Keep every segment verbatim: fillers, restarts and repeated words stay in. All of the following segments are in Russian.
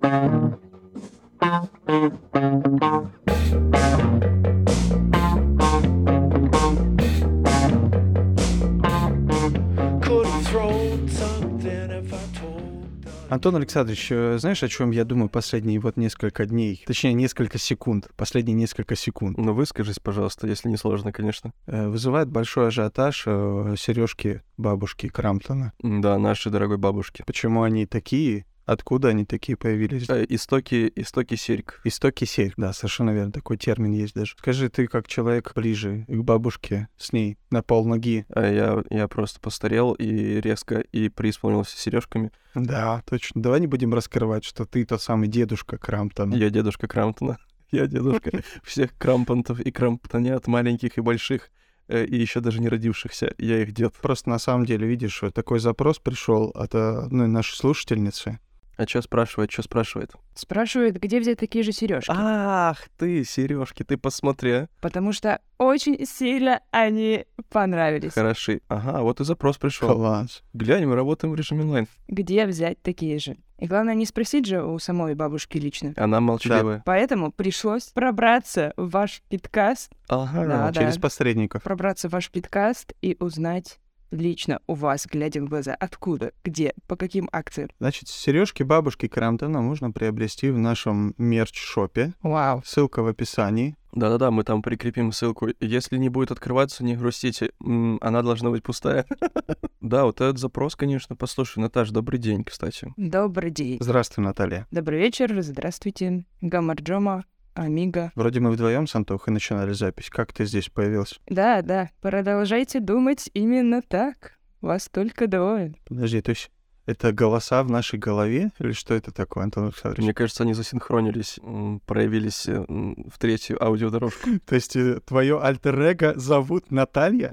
Антон Александрович, знаешь, о чем я думаю последние вот несколько дней? Точнее, несколько секунд. Последние несколько секунд. Ну, выскажись, пожалуйста, если не сложно, конечно. Вызывает большой ажиотаж сережки бабушки Крамптона. Да, нашей дорогой бабушки. Почему они такие? Откуда они такие появились? Э, истоки, истоки серьг. Истоки серьг, да, совершенно верно. Такой термин есть даже. Скажи, ты как человек ближе к бабушке, с ней на полноги. А я, я просто постарел и резко и преисполнился сережками. Да, точно. Давай не будем раскрывать, что ты тот самый дедушка Крамптона. Я дедушка Крамптона. Я дедушка всех Крамптонтов и Крамптонят, маленьких и больших. И еще даже не родившихся, я их дед. Просто на самом деле, видишь, вот такой запрос пришел от одной нашей слушательницы. А что спрашивает, что спрашивает? Спрашивает, где взять такие же сережки. Ах ты, сережки, ты посмотри. Потому что очень сильно они понравились. Хороши. Ага, вот и запрос пришел. Класс. Глянь, мы работаем в режиме онлайн. Где взять такие же? И главное, не спросить же у самой бабушки лично. Она молчаливая. Да. Поэтому пришлось пробраться в ваш подкаст. Ага, да, через да. посредников. Пробраться в ваш подкаст и узнать лично у вас, глядя в глаза, откуда, где, по каким акциям. Значит, сережки бабушки Крамптона можно приобрести в нашем мерч-шопе. Вау. Ссылка в описании. Да-да-да, мы там прикрепим ссылку. Если не будет открываться, не грустите. Она должна быть пустая. Да, вот этот запрос, конечно. Послушай, Наташ, добрый день, кстати. Добрый день. Здравствуй, Наталья. Добрый вечер, здравствуйте. Гамарджома, Амиго. Вроде мы вдвоем с Антохой начинали запись. Как ты здесь появился? Да, да, продолжайте думать именно так. Вас только двое. Подожди, то есть это голоса в нашей голове? Или что это такое, Антон Александрович? Мне кажется, они засинхронились, проявились в третью аудиодорожку. То есть твое альтер-эго зовут Наталья?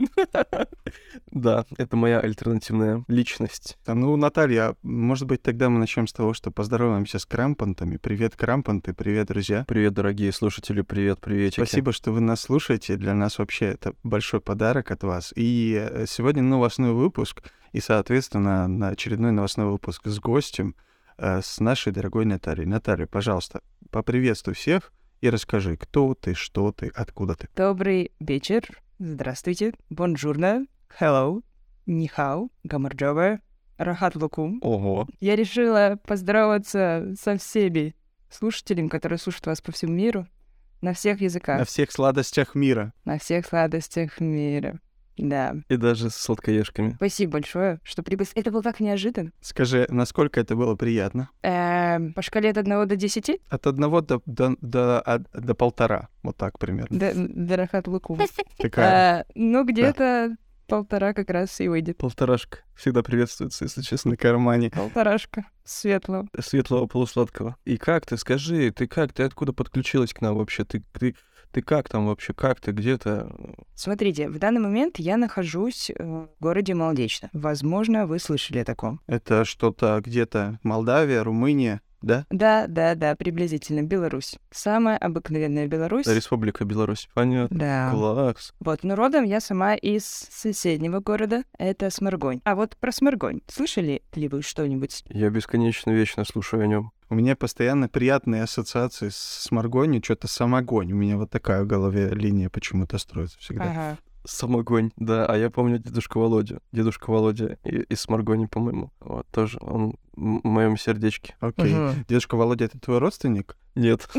Да, это моя альтернативная личность. Ну, Наталья, может быть, тогда мы начнем с того, что поздороваемся с Крампонтами. Привет, Крампонты, привет, друзья. Привет, дорогие слушатели, привет, приветики. Спасибо, что вы нас слушаете. Для нас вообще это большой подарок от вас. И сегодня новостной выпуск, и, соответственно, на очередной новостной выпуск с гостем, э, с нашей дорогой Натальей. Наталья, пожалуйста, поприветствуй всех и расскажи, кто ты, что ты, откуда ты. Добрый вечер, здравствуйте, бонжурно, hello, нихау, гамарджова, рахат лукум. Ого. Я решила поздороваться со всеми слушателями, которые слушают вас по всему миру, на всех языках. На всех сладостях мира. На всех сладостях мира. Да. И даже с сладкоежками. Спасибо большое, что прибыл. Это было так неожиданно. Скажи, насколько это было приятно? Эм, по шкале от одного до десяти? От одного до, до, до, от- до полтора. Вот так примерно. Д- Дарахат лукум. Такая Э, Ну, где-то полтора как раз и выйдет. Полторашка всегда приветствуется, если честно. на кармане. Полторашка светлого. Светлого полусладкого. И как ты, скажи, ты как, ты откуда подключилась к нам вообще? Ты, ты, ты как там вообще, как ты, где-то? Смотрите, в данный момент я нахожусь э, в городе Молодечно. Возможно, вы слышали о таком. Это что-то где-то Молдавия, Румыния, да? Да, да, да, приблизительно Беларусь. Самая обыкновенная Беларусь. Республика Беларусь. Понятно. Да. Класс. Вот, но родом я сама из соседнего города, это Сморгонь. А вот про Сморгонь слышали ли вы что-нибудь? Я бесконечно вечно слушаю о нем. У меня постоянно приятные ассоциации с Маргонью, что-то самогонь. У меня вот такая в голове линия почему-то строится всегда. Ага. Самогонь, да. А я помню дедушка Володя. Дедушка Володя и- из Сморгони, по-моему. Вот, тоже он в моем сердечке. Окей. Мгм. Дедушка Володя, это твой родственник? Нет.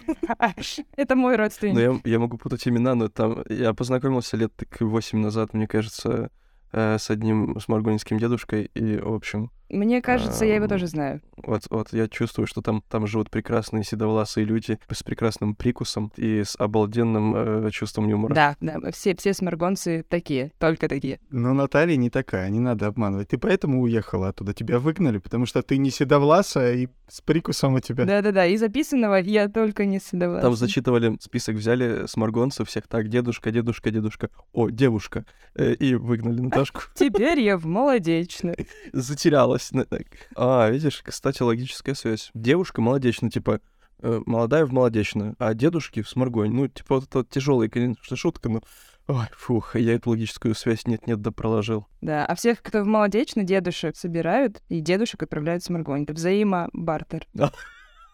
Это мой Но родственник. я, я могу путать имена, но там я познакомился лет так восемь назад, мне кажется, э, с одним сморгонским дедушкой, и, в общем, Мне кажется, я его Ам, тоже знаю. вот, вот я чувствую, что там, там живут прекрасные седовласые люди с прекрасным прикусом и с обалденным э, чувством юмора. Да, да, все, все сморгонцы такие, только такие. Но Наталья не такая, не надо обманывать. Ты поэтому уехала оттуда, тебя выгнали, потому что ты не седовласая и с прикусом у тебя. Да-да-да, и записанного я только не седовласый. Там зачитывали список, взяли сморгонцев всех, так, дедушка, дедушка, дедушка, о, девушка, э, и выгнали Наташку. Теперь я в Молодечно. Затерялась. А, видишь, кстати, логическая связь. Девушка молодечная, типа, э, молодая в молодечную, а дедушки в сморгонь. Ну, типа, вот это тяжелая, конечно, шутка, но... Ой, фух, я эту логическую связь нет-нет да проложил. Да, а всех, кто в Молодечно, дедушек собирают, и дедушек отправляют в Сморгонь. Это взаимобартер.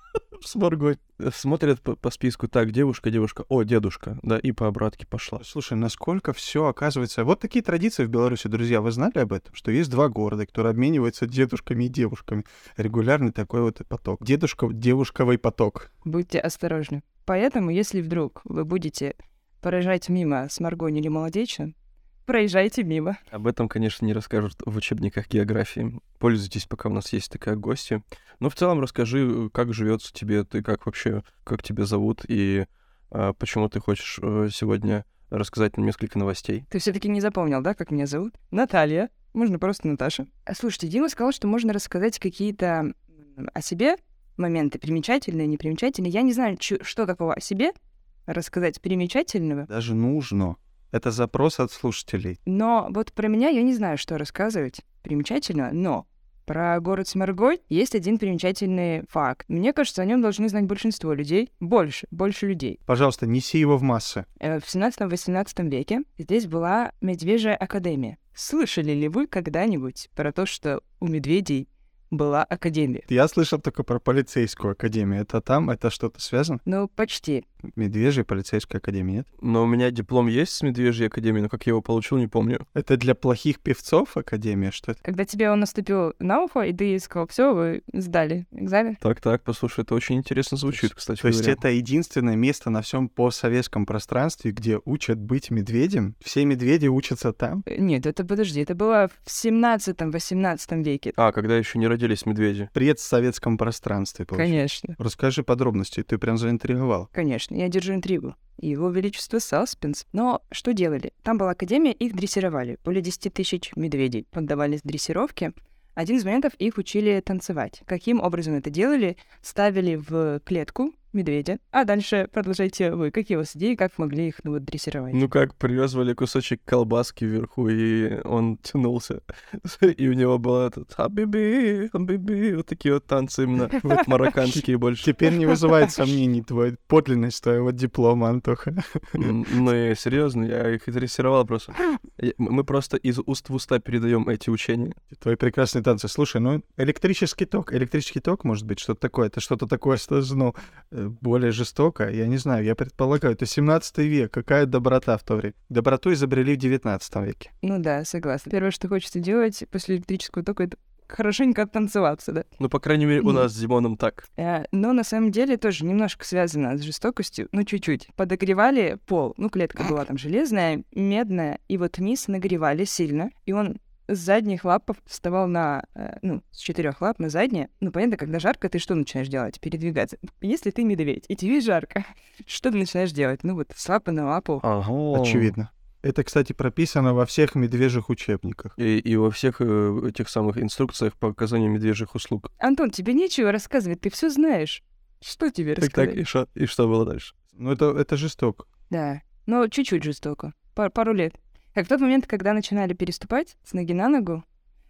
Сморгонь. Смотрят по, по списку, так, девушка, девушка, о, дедушка, да, и по обратке пошла. Слушай, насколько все оказывается... Вот такие традиции в Беларуси, друзья, вы знали об этом? Что есть два города, которые обмениваются дедушками и девушками. Регулярный такой вот поток. Дедушка-девушковый поток. Будьте осторожны. Поэтому, если вдруг вы будете проезжать мимо Сморгонь или Молодечно, проезжайте мимо. Об этом, конечно, не расскажут в учебниках географии. Пользуйтесь, пока у нас есть такая гостья. Но в целом расскажи, как живется тебе, ты как вообще, как тебя зовут и а, почему ты хочешь а, сегодня рассказать нам несколько новостей. Ты все-таки не запомнил, да, как меня зовут? Наталья. Можно просто Наташа. А, слушайте, Дима сказал, что можно рассказать какие-то о себе моменты, примечательные, непримечательные. Я не знаю, чё, что такого о себе рассказать примечательного. Даже нужно. Это запрос от слушателей. Но вот про меня я не знаю, что рассказывать примечательного, но про город Сморгонь есть один примечательный факт. Мне кажется, о нем должны знать большинство людей. Больше, больше людей. Пожалуйста, неси его в массы. В семнадцатом-восемнадцатом веке здесь была Медвежья академия. Слышали ли вы когда-нибудь про то, что у медведей была академия? Я слышал только про полицейскую академию. Это там? Это что-то связано? Ну, почти. Медвежья полицейская академия, нет? Но у меня диплом есть с Медвежьей академии, но как я его получил, не помню. Это для плохих певцов академия? Что это? Когда тебе он наступил на ухо, и ты сказал, все, вы сдали экзамен. Так-так, послушай, это очень интересно звучит, кстати То есть говоря. это единственное место на всем постсоветском пространстве, где учат быть медведем? Все медведи учатся там? Нет, это, подожди, это было в семнадцатом-восемнадцатом веке. А, когда еще не родились медведи. В предсоветском пространстве, получается. Конечно. Расскажи подробности, ты прям заинтриговал. Конечно, я держу интригу. Его Величество саспенс. Но что делали? Там была академия, их дрессировали. Более десять тысяч медведей поддавались дрессировке. Один из моментов их учили танцевать. Каким образом это делали? Ставили в клетку медведя. А дальше продолжайте вы. Какие у вас идеи, как могли их ну, вот, дрессировать? Ну как, привязывали кусочек колбаски вверху, и он тянулся. И у него был этот «Хабиби, хабиби», вот такие вот танцы именно, вот марокканские больше. Теперь не вызывает сомнений твой подлинность твоего диплома, Антоха. М, Ну и серьезно, я их дрессировал просто. Я- Мы просто из уст в уста передаем эти учения. Твои прекрасные танцы. Слушай, ну электрический ток. Электрический ток, может быть, что-то такое. Это что-то такое, что ну, э, более жестоко. Я не знаю, я предполагаю, это семнадцатый век. Какая доброта в то время? Доброту изобрели в девятнадцатом веке. Ну да, согласна. Первое, что хочется делать после электрического тока, это хорошенько оттанцеваться, да. Ну, по крайней мере, у Мгм. нас с Димоном так. Э, Но на самом деле тоже немножко связано с жестокостью, ну чуть-чуть. Подогревали пол, ну клетка была там железная, медная, и вот низ нагревали сильно, и он с задних лап вставал на, э, ну, с четырех лап на задние. Ну, понятно, когда жарко, ты что начинаешь делать? Передвигаться. Если ты медведь, и тебе жарко, что ты начинаешь делать? Ну вот, с лапы на лапу. Ага. Очевидно. Это, кстати, прописано во всех медвежьих учебниках. И, и во всех э, этих самых инструкциях по оказанию медвежьих услуг. Антон, тебе нечего рассказывать, ты все знаешь. Что тебе Так, рассказать? так, и что, и что было дальше? Ну, это, это жестоко. Да, но чуть-чуть жестоко. Пар- пару лет. Как в тот момент, когда начинали переступать с ноги на ногу,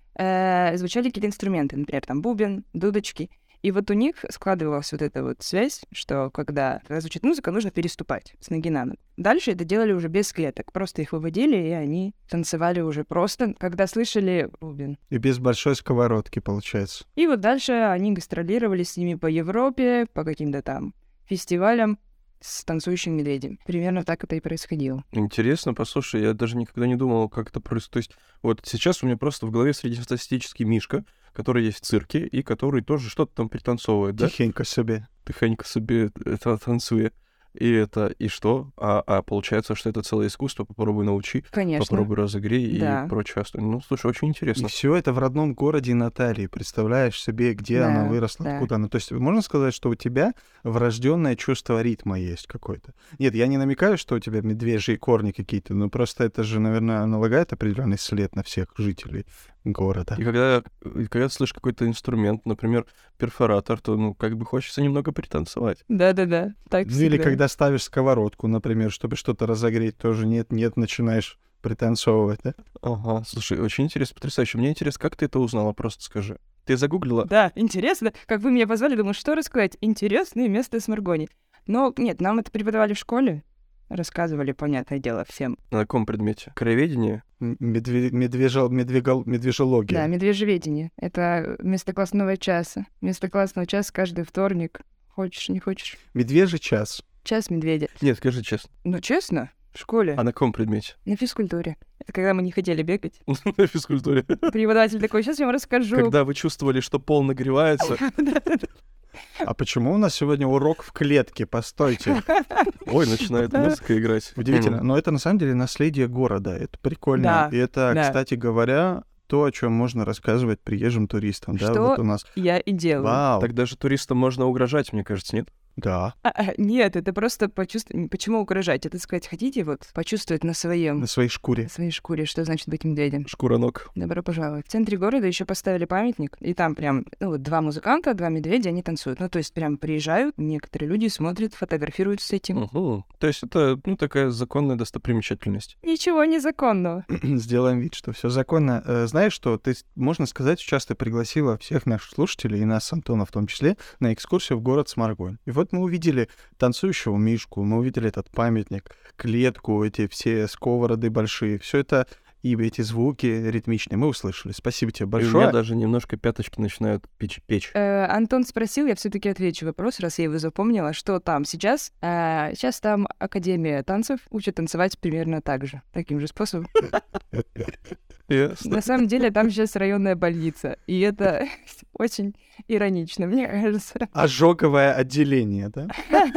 э, звучали какие-то инструменты, например, там бубен, дудочки. И вот у них складывалась вот эта вот связь, что когда звучит музыка, нужно переступать с ноги на ногу. Дальше это делали уже без клеток. Просто их выводили, и они танцевали уже просто, когда слышали бубен. И без большой сковородки, получается. И вот дальше они гастролировали с ними по Европе, по каким-то там фестивалям с танцующим медведем. Примерно так это и происходило. Интересно, послушай, я даже никогда не думал, как это происходит. То есть вот сейчас у меня просто в голове среднестатистический мишка, который есть в цирке и который тоже что-то там пританцовывает, да? Тихенько себе. Тихонько себе это танцует. И это, и что? А, а получается, что это целое искусство, попробуй научи, Конечно. попробуй разогрей Да. и прочее. Ну, слушай, очень И интересно. все это в родном городе Натальи. Представляешь себе, где Да, она выросла, да. откуда она. То есть можно сказать, что у тебя врожденное чувство ритма есть какое-то. Нет, я не намекаю, что у тебя медвежьи корни какие-то, но просто это же, наверное, налагает определенный след на всех жителей города. И когда, и когда ты слышишь какой-то инструмент, например, перфоратор, то, ну, как бы хочется немного пританцевать. Да-да-да, так Ну или всегда. когда ставишь сковородку, например, чтобы что-то разогреть, тоже нет-нет, начинаешь пританцовывать, да? Ага, слушай, очень интересно, потрясающе. Мне интересно, как ты это узнала, просто скажи. Ты загуглила? Да, интересно. Как вы меня позвали, думаю, что рассказать? Интересное место Сморгони. Но нет, нам это преподавали в школе. Рассказывали, понятное дело, всем. На каком предмете? Краеведение? М- Медве... Медвежел... Медвегол... Медвежелогия. Да, медвежьеведение. Это вместо классного часа. Вместо классного часа каждый вторник Хочешь, не хочешь? Медвежий час. Час медведя. Нет, скажи честно. Ну, честно, в школе, А на каком предмете? на физкультуре. Это когда мы не хотели бегать. На физкультуре. Преподаватель такой, сейчас я вам расскажу. Когда вы чувствовали, что пол нагревается. А почему у нас сегодня урок в клетке? Постойте. Ой, начинает музыка играть. Удивительно. Но это на самом деле наследие города. Это прикольно. Да, И это, да. кстати говоря, то, о чем можно рассказывать приезжим туристам. Да, Что вот у нас. я и делаю. Вау. Так даже туристам можно угрожать, мне кажется, нет? Да. А, а, нет, это просто почувствовать... Почему угрожать? Это сказать, хотите вот почувствовать на своем... На своей шкуре. На своей шкуре, что значит быть медведем. Шкура ног. Добро пожаловать. В центре города еще поставили памятник, и там прям, ну вот два музыканта, два медведя, они танцуют. Ну, то есть прям приезжают, некоторые люди смотрят, фотографируются с этим. Угу. То есть это, ну, такая законная достопримечательность. Ничего незаконного. Сделаем вид, что все законно. Э, Знаешь что, ты, можно сказать, сейчас ты пригласила всех наших слушателей, и нас с Антоном в том числе, на экскурсию в город Сморгонь. И вот мы увидели танцующего мишку, мы увидели этот памятник, клетку, эти все сковороды большие. Все это и эти звуки ритмичные мы услышали. Спасибо тебе И у большое. меня даже немножко пяточки начинают печь. печь. Э, Антон спросил, я все-таки отвечу вопрос, раз я его запомнила, что там сейчас. Э, сейчас там Академия танцев учат танцевать примерно так же, таким же способом. Ясно. На самом деле там сейчас районная больница, и это очень иронично, мне кажется. Ожоговое отделение, да?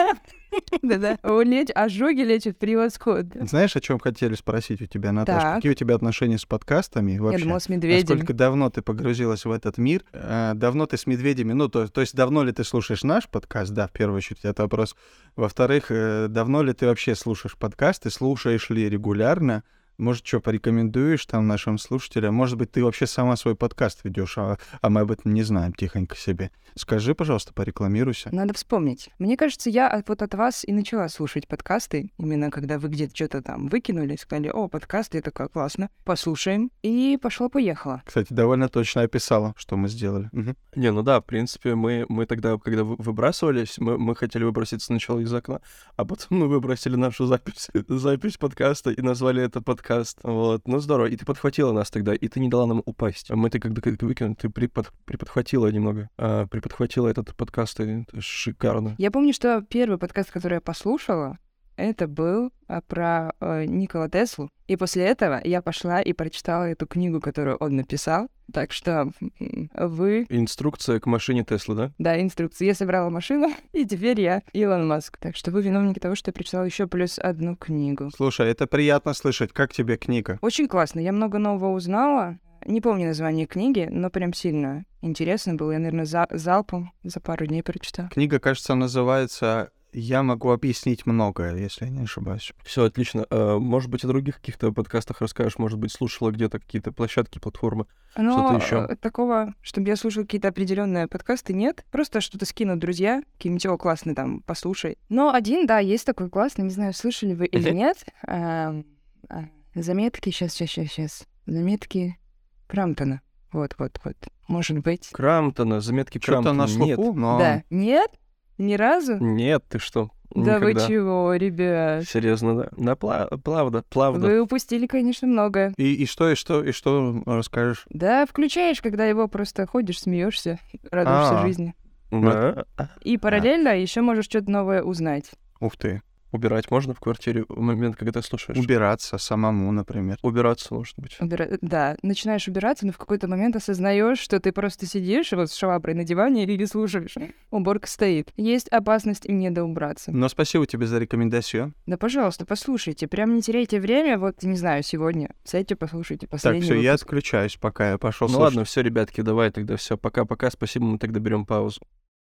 Да-да. Лечь, ожоги лечат превосходно. Знаешь, о чем хотели спросить у тебя, Наташа? Так. Какие у тебя отношения с подкастами Я вообще? думала, с медведем. Насколько давно ты погрузилась в этот мир? Э, давно ты с медведями? Ну, то, то есть давно ли ты слушаешь наш подкаст? Да, в первую очередь, это вопрос. Во-вторых, э, давно ли ты вообще слушаешь подкасты? Слушаешь ли регулярно? Может, что порекомендуешь там нашим слушателям? Может быть, ты вообще сама свой подкаст ведешь, а, а мы об этом не знаем, тихонько себе. Скажи, пожалуйста, порекламируйся. Надо вспомнить. Мне кажется, я от- вот от вас и начала слушать подкасты, именно когда вы где-то что-то там выкинули, сказали, о, подкасты, это как классно, послушаем. И пошло-поехало. Кстати, довольно точно описала, что мы сделали. Мгм. Не, ну да, в принципе, мы, мы тогда, когда вы- выбрасывались, мы, мы хотели выбросить сначала из окна, а потом мы выбросили нашу запись, запись подкаста и назвали это подкаст. Вот, ну здорово. И ты подхватила нас тогда, и ты не дала нам упасть. Мы ты когда как выкинули, ты припод, приподхватила немного, а, приподхватила этот подкаст, и это шикарно. Я помню, что первый подкаст, который я послушала, это был а, про э, Никола Теслу. И после этого я пошла и прочитала эту книгу, которую он написал. Так что м, вы... Инструкция к машине Теслы, да? Да, инструкции. Я собрала машину, и теперь я Илон Маск. Так что вы виновники того, что я прочитала еще плюс одну книгу. Слушай, это приятно слышать. Как тебе книга? Очень классно. Я много нового узнала. Не помню название книги, но прям сильно интересно было. Я, наверное, за- залпом за пару дней прочитала. Книга, кажется, называется «Я могу объяснить многое», если я не ошибаюсь. Все отлично. А, может быть, о других каких-то подкастах расскажешь? Может быть, слушала где-то какие-то площадки, платформы? Но Что-то ещё? э, такого, чтобы я слушала какие-то определенные подкасты, нет. Просто что-то скинут друзья, какие-нибудь «О, классный там, послушай». Но один, да, есть такой классный, не знаю, слышали вы или Мгм. нет. Ам, а, Заметки, сейчас, сейчас, сейчас, сейчас. Заметки Крамптона. Вот, вот, вот. Может быть. Крамптона, заметки Что-то Крамптона. на слуху, Нет. но... Да. Нет? Ни разу? Нет, ты что? Да вы Никогда. чего, ребят? Серьезно, да. Да, пла- плавно, плавно. Вы упустили, конечно, многое. И, и что, и что, и что расскажешь? Да, включаешь, когда его просто ходишь, смеешься, радуешься А. жизни. Да. И параллельно еще можешь что-то новое узнать. Ух ты. Убирать можно в квартире в момент, когда ты слушаешь? Убираться самому, например. Убираться, может быть. Убира- Да, начинаешь убираться, но в какой-то момент осознаешь, что ты просто сидишь вот с шваброй на диване или слушаешь. Уборка стоит. Есть опасность и недоубраться. Но спасибо тебе за рекомендацию. Да, пожалуйста, послушайте. Прям не теряйте время. Вот, не знаю, сегодня. Сядьте, послушайте Так, последний все, я выпуск. отключаюсь, пока я пошел Ну слушать. ладно, все, ребятки, давай тогда все. Пока-пока. Спасибо, мы тогда берем паузу.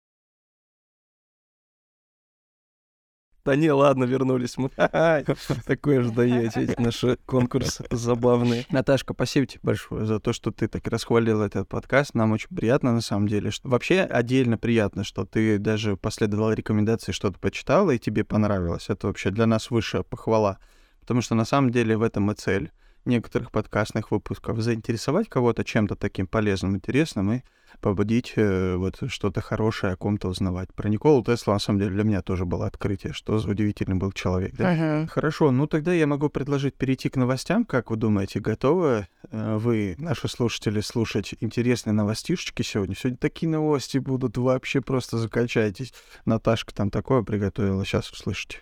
Да не, ладно, вернулись мы. Такое же даете эти наши конкурсы забавные. Наташка, спасибо тебе большое за то, что ты так расхвалил этот подкаст. Нам очень приятно, на самом деле. Что... Вообще, отдельно приятно, что ты даже последовал рекомендации, что-то почитала, и тебе понравилось. Это вообще для нас высшая похвала. Потому что, на самом деле, в этом и цель некоторых подкастных выпусков. Заинтересовать кого-то чем-то таким полезным, интересным и побудить э, вот что-то хорошее о ком-то узнавать. Про Николу Теслу, на самом деле, для меня тоже было открытие, что за удивительный был человек. Да? Ага. Хорошо, ну тогда я могу предложить перейти к новостям. Как вы думаете, готовы э, вы, наши слушатели, слушать интересные новостишечки сегодня? Сегодня такие новости будут, вообще просто закачайтесь. Наташка там такое приготовила, сейчас услышите.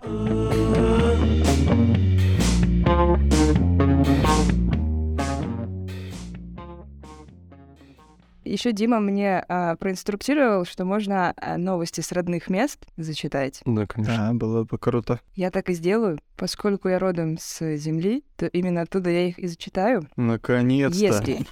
Еще Дима мне а, проинструктировал, что можно а, новости с родных мест зачитать. Да, конечно. Да, было бы круто. Я так и сделаю. Поскольку я родом с Земли, то именно оттуда я их и зачитаю. Наконец-то. Если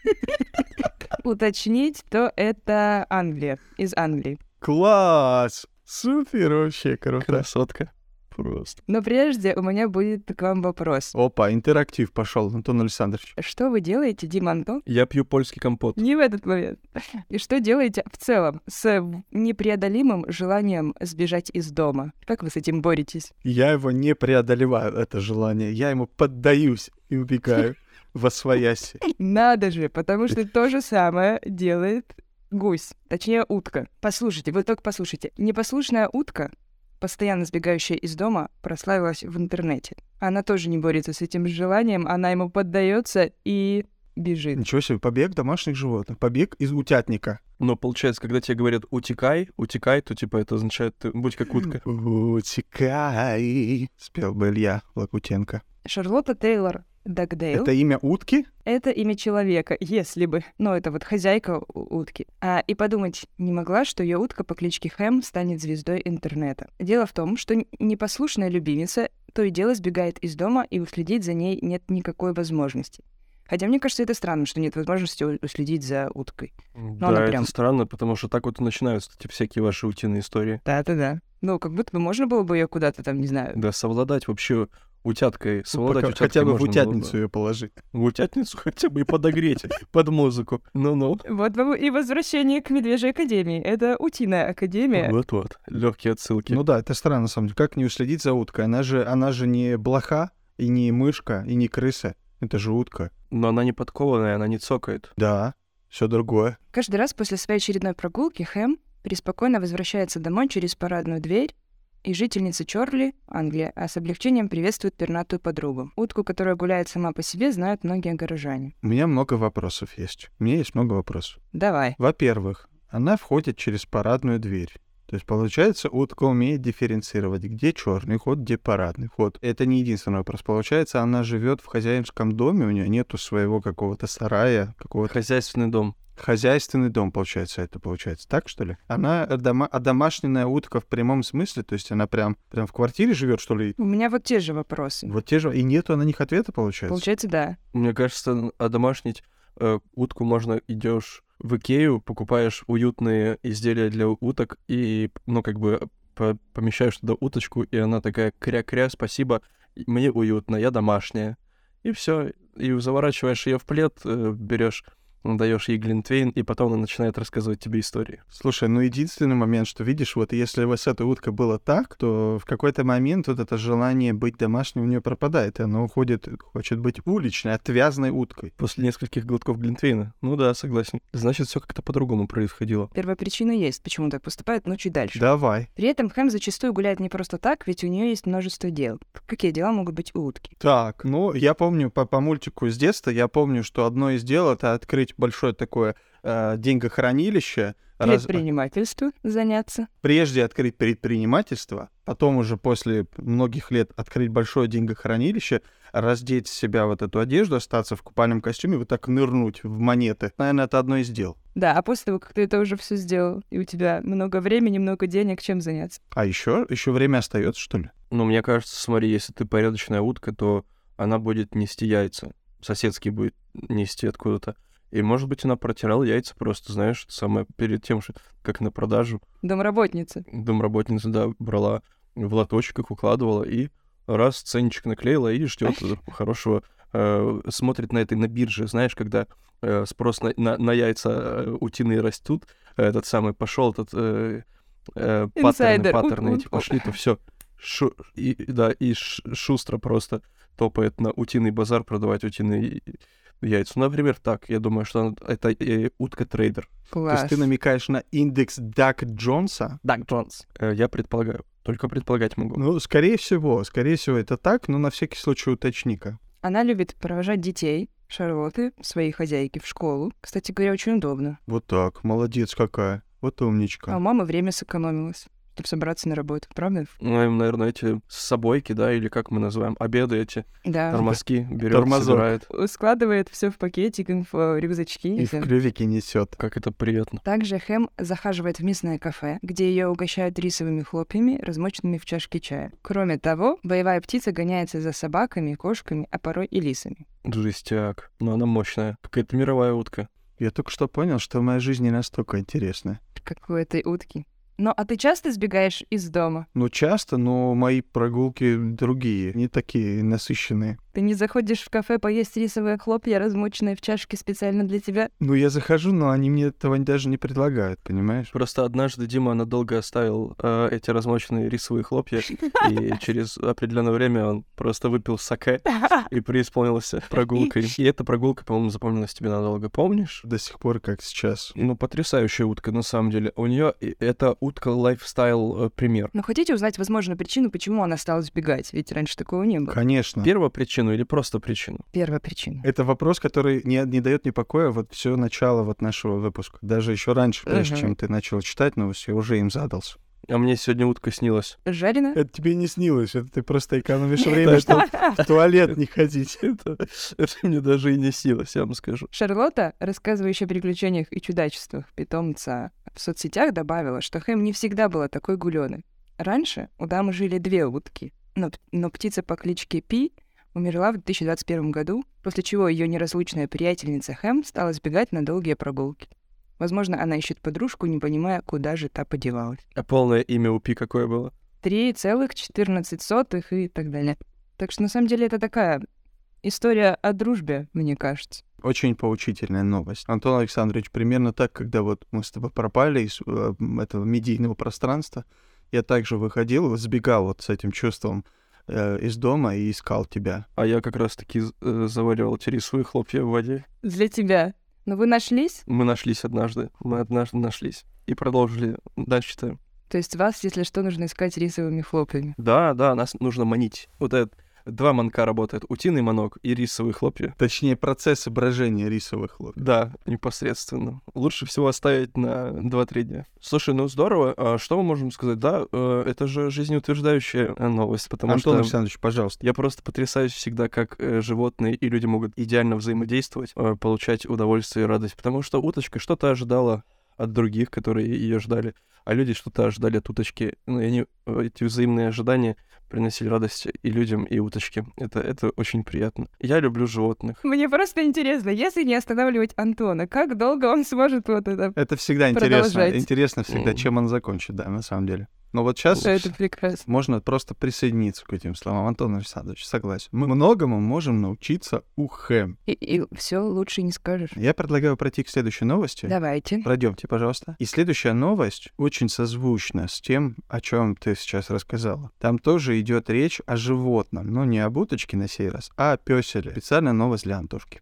уточнить, то это Англия, из Англии. Класс! Супер, вообще круто. Красотка. Просто. Но прежде у меня будет к вам вопрос. Опа, интерактив пошел, Антон Александрович. Что вы делаете, Дима, Антон? Я пью польский компот. Не в этот момент. И что делаете в целом с непреодолимым желанием сбежать из дома? Как вы с этим боретесь? Я его не преодолеваю, это желание. Я ему поддаюсь и убегаю восвояси. Надо же, потому что то же самое делает гусь, точнее утка. Послушайте, вы только послушайте. Непослушная утка, постоянно сбегающая из дома, прославилась в интернете. Она тоже не борется с этим желанием, она ему поддается и бежит. Ничего себе, побег домашних животных, побег из утятника. Но получается, когда тебе говорят «утекай», «утекай», то типа это означает «ты будь как утка». Утекай, спел бы Илья Лакутенко. Шарлотта Тейлор Дагдейл. Это имя утки? Это имя человека, если бы. Ну, это вот хозяйка у- утки. А, и подумать не могла, что ее утка по кличке Хэм станет звездой интернета. Дело в том, что н- непослушная любимица то и дело сбегает из дома, и уследить за ней нет никакой возможности. Хотя мне кажется, это странно, что нет возможности у- уследить за уткой. Да, она это прям- странно, потому что так вот и начинаются эти всякие ваши утиные истории. Да-да-да. Ну, как будто бы можно было бы ее куда-то там, не знаю. Да, совладать вообще утяткой, совладать Пока- утяткой хотя бы в можно было утятницу ее положить. В утятницу хотя бы и подогреть под музыку. Ну-ну. Вот вам и возвращение к Медвежьей академии. Это утиная академия. Вот-вот. Легкие отсылки. Ну да, это странно, на самом деле. Как не уследить за уткой? Она же, она же не блоха, и не мышка, и не крыса. Это же утка. Но она не подкованная, она не цокает. Да, все другое. Каждый раз после своей очередной прогулки Хэм преспокойно возвращается домой через парадную дверь, и жительница Чорли, Англия, а с облегчением приветствует пернатую подругу. Утку, которая гуляет сама по себе, знают многие горожане. У меня много вопросов есть. У меня есть много вопросов. Давай. Во-первых, она входит через парадную дверь. То есть, получается, утка умеет дифференцировать, где черный ход, где парадный ход. Это не единственный вопрос. Получается, она живет в хозяинском доме, у нее нету своего какого-то сарая, какого-то Хозяйственный дом. хозяйственный дом, получается, это получается. Так, что ли? Она дома... одомашненная утка в прямом смысле, то есть она прям, прям в квартире живет, что ли? У меня вот те же вопросы. Вот те же... И нету на них ответа, получается? Получается, да. Мне кажется, одомашнить э, утку можно, идешь в Икею, покупаешь уютные изделия для уток и, ну, как бы по- помещаешь туда уточку, и она такая кря-кря, спасибо, мне уютно, я домашняя. И все, и заворачиваешь ее в плед, э, берешь, даешь ей глинтвейн, и потом она начинает рассказывать тебе истории. Слушай, ну единственный момент, что видишь, вот если с этой уткой было так, то в какой-то момент вот это желание быть домашней у нее пропадает, и она уходит, хочет быть уличной, отвязной уткой. После нескольких глотков глинтвейна. Ну да, согласен. Значит, все как-то по-другому происходило. Первая причина есть, почему так поступает, но чуть дальше. Давай. При этом Хэм зачастую гуляет не просто так, ведь у нее есть множество дел. Какие дела могут быть у утки? Так, ну, я помню по, по мультику с детства, я помню, что одно из дел — это открыть большое такое э, деньгохранилище. раз- Предпринимательству заняться. Прежде открыть предпринимательство, потом уже после многих лет открыть большое деньгохранилище, раздеть с себя вот эту одежду, остаться в купальном костюме, вот так нырнуть в монеты. Наверное, это одно из дел. Да, а после того, как ты это уже все сделал, и у тебя много времени, много денег, чем заняться? А еще, еще время остается, что ли? Ну, мне кажется, смотри, если ты порядочная утка, то она будет нести яйца. Соседский будет нести откуда-то. И, может быть, она протирала яйца просто, знаешь, самое перед тем, что как на продажу. Домработница. Домработница, да, брала в лоточек, их укладывала, и раз ценничек наклеила, и ждет хорошего, э, смотрит на это на бирже, знаешь, когда э, спрос на, на, на яйца э, утиные растут, этот самый пошел этот э, э, паттерны, Инсайдер, паттерны ут-ут. эти пошли, то все. Шу, и, да, и ш- шустро просто топает на утиный базар продавать утиные яйца. Ну, например, так. Я думаю, что она- это э, утка-трейдер. То Класс. есть ты намекаешь на индекс Дак Джонса? Дак Джонс. Э, Я предполагаю. Только предполагать могу. Ну, скорее всего, скорее всего, это так, но на всякий случай уточни-ка. Она любит провожать детей, Шарлотты, своей хозяйки, в школу. Кстати говоря, очень удобно. Вот так, молодец какая. Вот А у умничка. мамы время сэкономилось, чтобы собраться на работу, правда? Ну, им, наверное, эти собойки, да, или как мы называем, обеды эти, Да. тормозки берет, Тормозок. собирает. Складывает все в пакетик, в рюкзачки. И в клювике несет. Как это приятно. Также Хэм захаживает в местное кафе, где ее угощают рисовыми хлопьями, размоченными в чашке чая. Кроме того, боевая птица гоняется за собаками, кошками, а порой и лисами. Жестяк. Но она мощная. Какая-то мировая утка. Я только что понял, что моя жизнь не настолько интересная. Как у этой утки. Ну, а ты часто сбегаешь из дома? Ну, часто, но мои прогулки другие, не такие насыщенные. Ты не заходишь в кафе поесть рисовые хлопья, размоченные в чашке специально для тебя? Ну, я захожу, но они мне этого даже не предлагают, понимаешь? Просто однажды Дима надолго оставил э, эти размоченные рисовые хлопья, и через определенное время он просто выпил саке и преисполнился прогулкой. И эта прогулка, по-моему, запомнилась тебе надолго. Помнишь? До сих пор, как сейчас. Ну, потрясающая утка, на самом деле. У нее это утка лайфстайл э, пример. Но хотите узнать, возможно, причину, почему она стала сбегать? Ведь раньше такого не было. Конечно. Первая причина или просто причина? Первая причина. Это вопрос, который не, не дает мне покоя вот все начало вот нашего выпуска. Даже еще раньше, прежде Мгм. чем ты начал читать новости, я уже им задался. А мне сегодня утка снилась. Жареная? Это тебе не снилось, это ты просто экономишь время, чтобы в туалет не ходить. Это, это мне даже и не снилось, я вам скажу. Шарлотта, рассказывающая о приключениях и чудачествах питомца в соцсетях, добавила, что Хэм не всегда была такой гулёной. Раньше у дамы жили две утки, но, но птица по кличке Пи умерла в две тысячи двадцать первом году, после чего ее неразлучная приятельница Хэм стала сбегать на долгие прогулки. Возможно, она ищет подружку, не понимая, куда же та подевалась. А полное имя у Пи какое было? три целых четырнадцать сотых и так далее. Так что, на самом деле, это такая история о дружбе, мне кажется. Очень поучительная новость. Антон Александрович, примерно так, когда вот мы с тобой пропали из э, этого медийного пространства, я также выходил, сбегал вот с этим чувством э, из дома и искал тебя. А я как раз-таки э, заваривал эти рисовые хлопья в воде. Для тебя. Но вы нашлись? Мы нашлись однажды. Мы однажды нашлись. И продолжили. Дальше читаем. То есть вас, если что, нужно искать рисовыми хлопьями. Да, да, нас нужно манить. Вот это два манка работает. Утиный манок и рисовые хлопья. Точнее, процесс брожения рисовых хлопьев. Да, непосредственно. Лучше всего оставить на два-три дня. Слушай, ну здорово. А что мы можем сказать? Да, э, это же жизнеутверждающая э, новость, потому Антон что... Александрович, пожалуйста. Я просто потрясаюсь всегда, как э, животные и люди могут идеально взаимодействовать, э, получать удовольствие и радость. Потому что уточка что-то ожидала от других, которые ее ждали, а люди что-то ожидали от уточки. Ну, и они, э, эти взаимные ожидания приносили радость и людям, и уточке. Это, это очень приятно. Я люблю животных. Мне просто интересно, если не останавливать Антона, как долго он сможет вот это... Это всегда интересно. Продолжать. Интересно всегда, Мгм. чем он закончит, да, на самом деле. Но вот сейчас Это прекрасно. можно просто присоединиться к этим словам. Антон Александрович, согласен. Мы многому можем научиться у Хэм. И, все лучше не скажешь. Я предлагаю пройти к следующей новости. Давайте. Пройдемте, пожалуйста. И следующая новость очень созвучна с тем, о чем ты сейчас рассказала. Там тоже идет речь о животном, но не об уточке на сей раз, а о пёселе. Специальная новость для Антошки.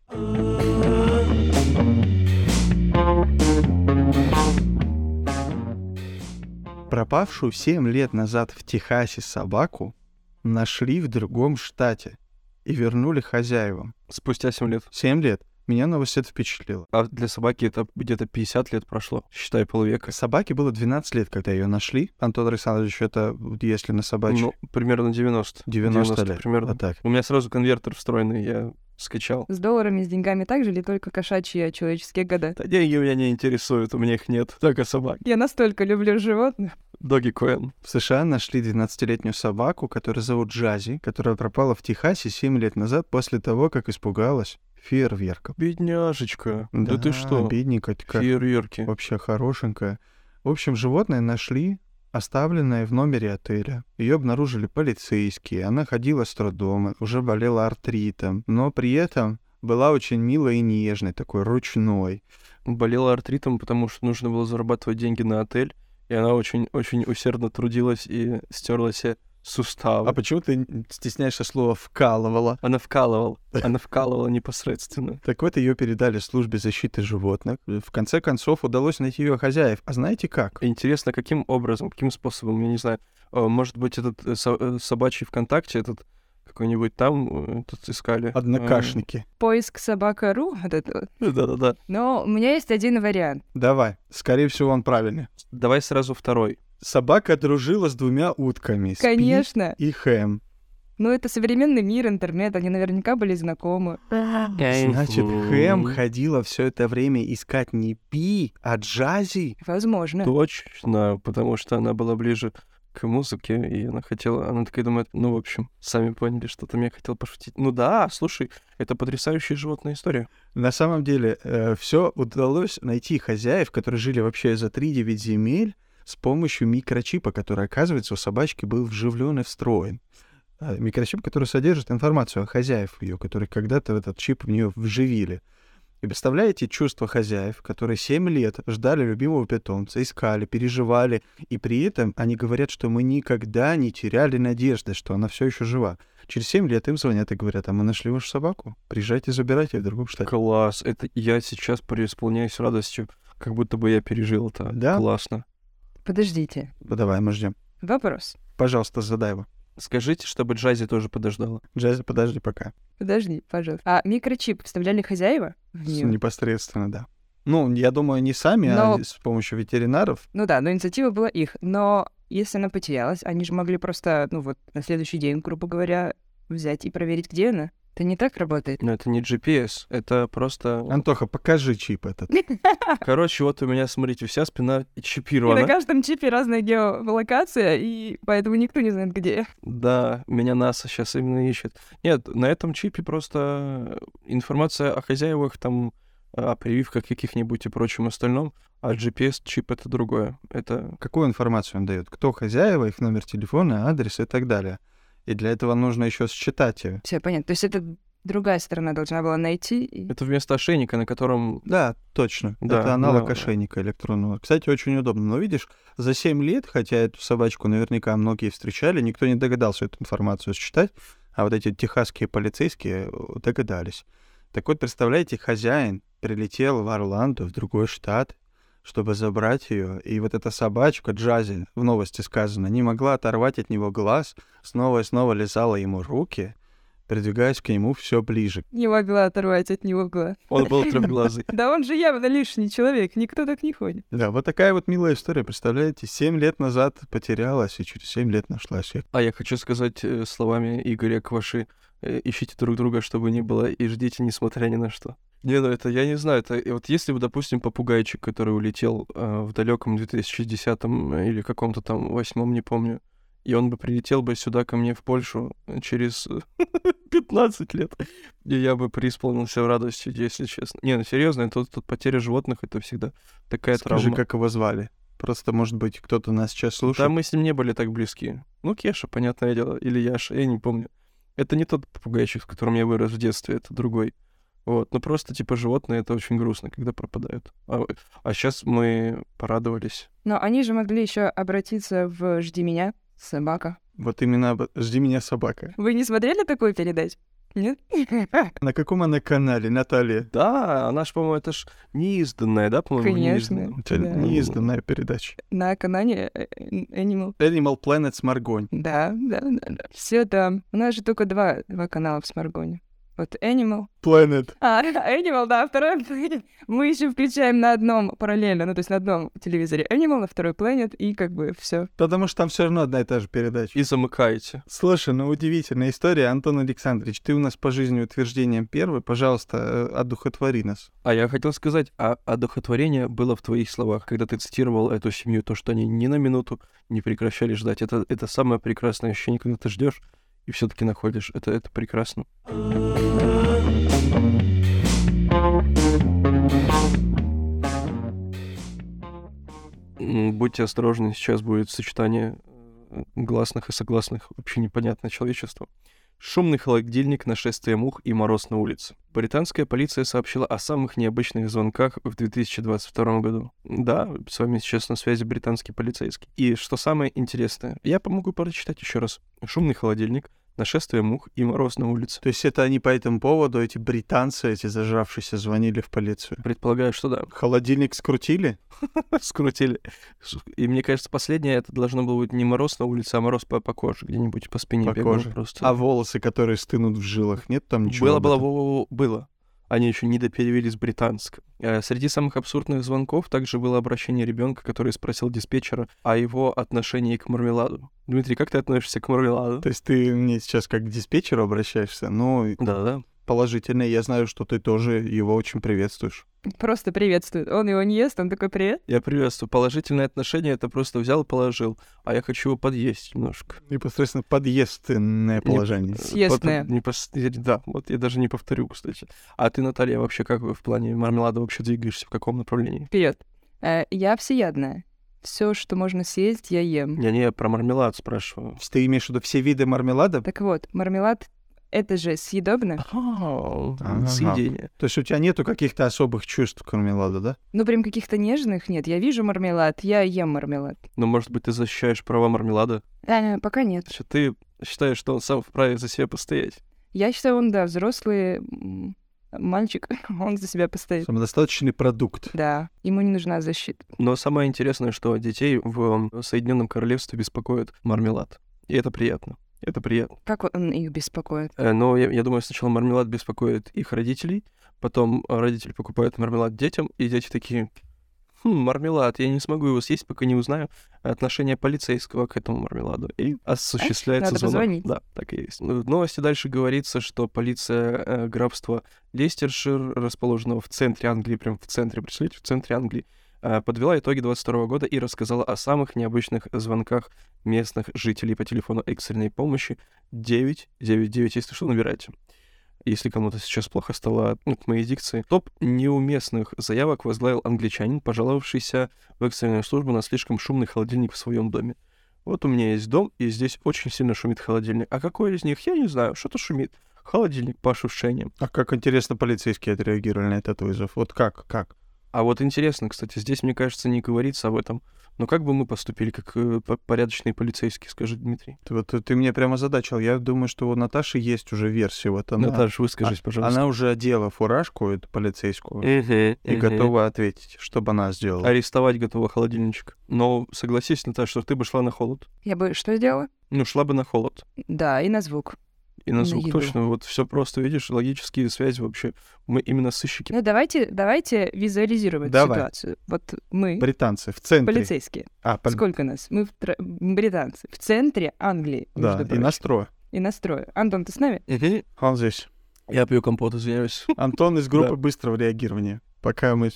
Пропавшую семь лет назад в Техасе собаку нашли в другом штате и вернули хозяевам. Спустя семь лет. Семь лет. Меня новость это впечатлила. А для собаки это где-то пятьдесят лет прошло, считай, полвека. Собаке было двенадцать лет, когда ее нашли. Антон Александрович, это вот если на собачью... Ну, примерно девяносто. девяносто лет. примерно. Вот так. У меня сразу конвертер встроенный, я скачал. С долларами, с деньгами так же или только кошачьи человеческие года? Да деньги меня не интересуют, у меня их нет. Только собак. Я настолько люблю животных. Доги Коэн. В США нашли двенадцатилетнюю собаку, которую зовут Джази, которая пропала в Техасе семь лет назад после того, как испугалась фейерверков. Бедняжечка. Да, ты что? Бедненькая такая. Фейерверки. Вообще хорошенькая. В общем, животное нашли, оставленное в номере отеля. Ее обнаружили полицейские. Она ходила с трудом, уже болела артритом. Но при этом была очень милой и нежной, такой ручной. Болела артритом, потому что нужно было зарабатывать деньги на отель. И она очень-очень усердно трудилась и стерла себе суставы. А почему ты стесняешься слова «вкалывала»? Она вкалывала. Она вкалывала непосредственно. Так вот, ее передали службе защиты животных. В конце концов, удалось найти ее хозяев. А знаете как? Интересно, каким образом, каким способом, я не знаю. Э, Может быть, этот э, со- э, собачий ВКонтакте, этот какой-нибудь там э, тут искали. Однокашники. Поиск собака.ру, вот это вот. Э, Да-да-да. Но у меня есть один вариант. Давай. Скорее всего, он правильный. Давай сразу второй. Собака дружила с двумя утками. Спи Конечно. и Хэм. Ну, это современный мир, интернет, они наверняка были знакомы. Значит, Хэм ходила все это время искать не Пи, а Джази. Возможно. Точно, потому что она была ближе к музыке, и она хотела... Она такая думает, ну, в общем, сами поняли, что там я хотел пошутить. Ну да, слушай, это потрясающая животная история. На самом деле, все удалось найти хозяев, которые жили вообще за три девять земель, с помощью микрочипа, который, оказывается, у собачки был вживлен и встроен. А, Микрочип, который содержит информацию о хозяев ее, которые когда-то в этот чип в нее вживили. И представляете чувство хозяев, которые семь лет ждали любимого питомца, искали, переживали, и при этом они говорят, что мы никогда не теряли надежды, что она все еще жива. Через семь лет им звонят и говорят, а мы нашли вашу собаку, приезжайте, забирайте в другом штате. Класс. Это я сейчас преисполняюсь радостью, как будто бы я пережил это. Да? Классно. Подождите. Ну, давай, мы ждем. Вопрос. Пожалуйста, задай его. Скажите, чтобы Джази тоже подождала. Джази, подожди пока. Подожди, пожалуйста. А микрочип вставляли хозяева в С- неё? Непосредственно, да. Ну, я думаю, не сами, Но- а с помощью ветеринаров. Ну да, но инициатива была их. Но если она потерялась, они же могли просто, ну вот, на следующий день, грубо говоря, взять и проверить, где она. Это не так работает. Но это не джи пи эс, это просто... Антоха, покажи чип этот. Короче, вот у меня, смотрите, вся спина И на чипирована. каждом чипе разная геолокация, и поэтому никто не знает, где я. Да, меня НАСА сейчас именно ищет. Нет, на этом чипе просто информация о хозяевах, там, о прививках каких-нибудь и прочем остальном, а джи пи эс-чип — это другое. Это... Какую информацию он дает? Кто хозяева, их номер телефона, адрес и так далее. И для этого нужно еще считать ее. Все понятно. То есть это другая сторона должна была найти. И... это вместо ошейника, на котором... Да, точно. Да, Это аналог да, да. ошейника электронного. Кстати, очень удобно. Но видишь, за семь лет, хотя эту собачку наверняка многие встречали, никто не догадался эту информацию считать, а вот эти техасские полицейские э, догадались. Так вот, представляете, хозяин прилетел в Орландо, в другой штат, чтобы забрать ее, и вот эта собачка Джази, в новости сказано, не могла оторвать от него глаз, снова и снова лизала ему руки, придвигаясь к нему все ближе. Не могла оторвать от него глаз. Он был трехглазый. Да он же явно лишний человек, никто так не ходит. Да, вот такая вот милая история, представляете? Семь лет назад потерялась, и через семь лет нашлась. А я хочу сказать э, словами Игоря Кваши, э, ищите друг друга, чтобы не было, и ждите, несмотря ни на что. Не, ну это, я не знаю, это и вот если бы, допустим, попугайчик, который улетел э, в далеком две тысячи десятом или каком-то там восьмом, не помню, и он бы прилетел бы сюда ко мне в Польшу через пятнадцать лет, и я бы преисполнился радостью, если честно. Не, ну серьезно, тут, тут потеря животных — это всегда такая Скажи, травма. как его звали? Просто, может быть, кто-то нас сейчас Да, слушает. мы с ним не были так близки. Ну, Кеша, понятное дело, или Яша, я не помню. Это не тот попугайчик, с которым я вырос в детстве, это другой. Вот, ну просто, типа, животные — это очень грустно, когда пропадают. А, а сейчас мы порадовались. Но они же могли еще обратиться в «Жди меня», собака. Вот именно об- «Жди меня, собака». Вы не смотрели такую передачу? Нет? На каком она канале, Наталья? Да, она ж, по-моему, это ж неизданная, да, по-моему? Конечно. неизданная? Это Да. неизданная передача. На канале э, э, Animal. Animal Planet с Маргонь. Да, да, да, да. Все там. У нас же только два, два канала в Сморгоне. Вот Animal. Planet. А, Animal, да, второй Planet. Мы еще включаем на одном параллельно, ну, то есть на одном телевизоре Animal, на второй Planet, и как бы все. Потому что там все равно одна и та же передача. И замыкаете. Слушай, ну удивительная история. Антон Александрович, ты у нас по жизни утверждением первый. Пожалуйста, э, одухотвори нас. А я хотел сказать, а одухотворение было в твоих словах, когда ты цитировал эту семью, то, что они ни на минуту не прекращали ждать. Это, это самое прекрасное ощущение, когда ты ждешь и все-таки находишь. Это, это прекрасно. М, Будьте осторожны, сейчас будет сочетание э, гласных и согласных, вообще непонятное человечеству. Шумный холодильник, нашествие мух и мороз на улице. Британская полиция сообщила о самых необычных звонках в две тысячи двадцать втором году. Да, с вами сейчас на связи британский полицейский. И что самое интересное, я помогу прочитать еще раз. Шумный холодильник, нашествие мух и мороз на улице. То есть это они по этому поводу, эти британцы, эти зажравшиеся, звонили в полицию? Предполагаю, что да. Холодильник скрутили? Скрутили. И мне кажется, последнее это должно было быть не мороз на улице, а мороз по, по коже, где-нибудь по спине По бегал коже. просто. А волосы, которые стынут в жилах, нет там ничего? Было, об было, этом? было, было. Они еще не доперевели с британского. Э, Среди самых абсурдных звонков также было обращение ребенка, который спросил диспетчера о его отношении к мармеладу. Дмитрий, как ты относишься к мармеладу? То есть ты мне сейчас как к диспетчеру обращаешься? Ну, Да-да. положительно. Я знаю, что ты тоже его очень приветствуешь. Просто приветствует. Он его не ест, он такой привет. Я приветствую. Положительное отношение — это просто взял и положил, а я хочу его подъесть немножко. Непосредственно подъездное положение. Съестное. Под- не пос- я- Да, вот я даже не повторю, кстати. А ты, Наталья, вообще как в плане мармелада вообще двигаешься? В каком направлении? Вперед. Э, я всеядная. Все, что можно съесть, я ем. Я не про мармелад спрашиваю. Ты имеешь в виду все виды мармелада? Так вот, мармелад — это же съедобно. А, Ага. съедение. То есть у тебя нету каких-то особых чувств к мармеладу, да? Ну, прям каких-то нежных нет. Я вижу мармелад, я ем мармелад. Ну, может быть, ты защищаешь права мармелада? Э, пока нет. Значит, ты считаешь, что он сам вправе за себя постоять? Я считаю, он, да, взрослый м, мальчик, он за себя постоит. Самодостаточный продукт. Да, ему не нужна защита. Но самое интересное, что детей в Соединенном Королевстве беспокоит мармелад. И это приятно. Это приятно. Как он их беспокоит? Э, Но я, я думаю, сначала мармелад беспокоит их родителей, потом родители покупают мармелад детям, и дети такие: «Хм, мармелад, я не смогу его съесть, пока не узнаю отношение полицейского к этому мармеладу». И осуществляется Надо звонок. позвонить. Да, так и есть. В новости дальше говорится, что полиция э, графства Лейстершир, расположенного в центре Англии, прям в центре, представляете, в центре Англии, э, подвела итоги двадцать второго года и рассказала о самых необычных звонках местных жителей по телефону экстренной помощи девять девять девять, если что, набирайте. Если кому-то сейчас плохо стало от моей дикции. Топ неуместных заявок возглавил англичанин, пожаловавшийся в экстренную службу на слишком шумный холодильник в своем доме. Вот у меня есть дом, и здесь очень сильно шумит холодильник. А какой из них, я не знаю, что-то шумит. Холодильник по ошушениям. А как интересно полицейские отреагировали на этот вызов? Вот как? Как? А вот интересно, кстати, здесь, мне кажется, не говорится об этом. Но как бы мы поступили, как э, по- порядочные полицейские, скажи, Дмитрий? Ты, вот, ты меня прямо озадачил. Я думаю, что у Наташи есть уже версия. Вот она, Наташа, выскажись, а- пожалуйста. она уже одела фуражку эту полицейскую Мгм, и мгм. готова ответить, что бы она сделала. Арестовать готова холодильничек. Но согласись, Наташа, что ты бы шла на холод. Я бы что сделала? Ну, шла бы на холод. Да, и на звук. И на На звук. еду. Точно, вот все просто, видишь, логические связи вообще. Мы именно сыщики. Ну, давайте, давайте визуализировать Давай. ситуацию. Вот мы, Британцы в центре. полицейские. А, пол- Сколько нас? Мы в тро- британцы. В центре Англии, Да, между и прочим. настрой. И настрою. Антон, ты с нами? Мгм. Он здесь. Я пью компот, извиняюсь. Антон из группы Да. быстрого реагирования. Пока мы...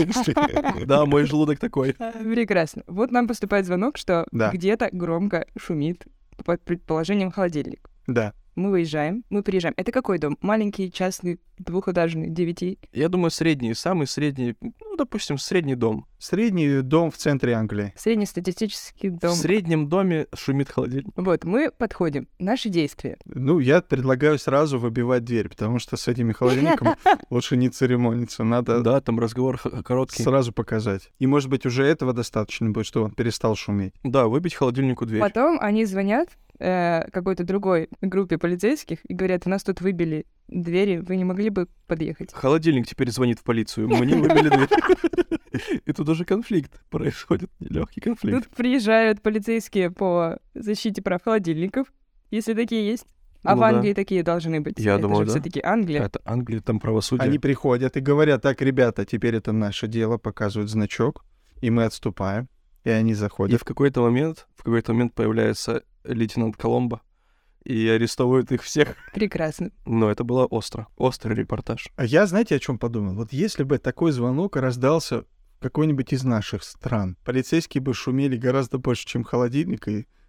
Да, мой желудок такой. А, Прекрасно. Вот нам поступает звонок, что Да. где-то громко шумит, под предположением, холодильник. Да. Мы выезжаем, мы приезжаем. Это какой дом? Маленький, частный, двухэтажный, девяти? Я думаю, средний, самый средний, ну, допустим, средний дом. Средний дом в центре Англии. Среднестатистический дом. В среднем доме шумит холодильник. Вот, мы подходим. Наши действия. Ну, я предлагаю сразу выбивать дверь, потому что с этими холодильниками лучше не церемониться. Надо Да, там разговор х- короткий. сразу показать. И, может быть, уже этого достаточно будет, чтобы он перестал шуметь. Да, выбить холодильнику дверь. Потом они звонят э, какой-то другой группе полицейских и говорят: у нас тут выбили двери, вы не могли бы подъехать? Холодильник теперь звонит в полицию. Мы не выбили дверь. И тут уже конфликт происходит, легкий конфликт. Тут приезжают полицейские по защите прав холодильников, если такие есть. А Ну в да. Англии такие должны быть. Я Это думаю, же да. все-таки Англия. Это Англия, там правосудие. Они приходят и говорят: так, ребята, теперь это наше дело, показывают значок, и мы отступаем, и они И заходят. в какой-то момент, в какой-то момент появляется лейтенант Коломбо и арестовывает их всех. Прекрасно. Но это было остро. Острый репортаж. А я, знаете, о чем подумал? Вот если бы такой звонок раздался в какой-нибудь из наших стран, полицейские бы шумели гораздо больше, чем холодильник, и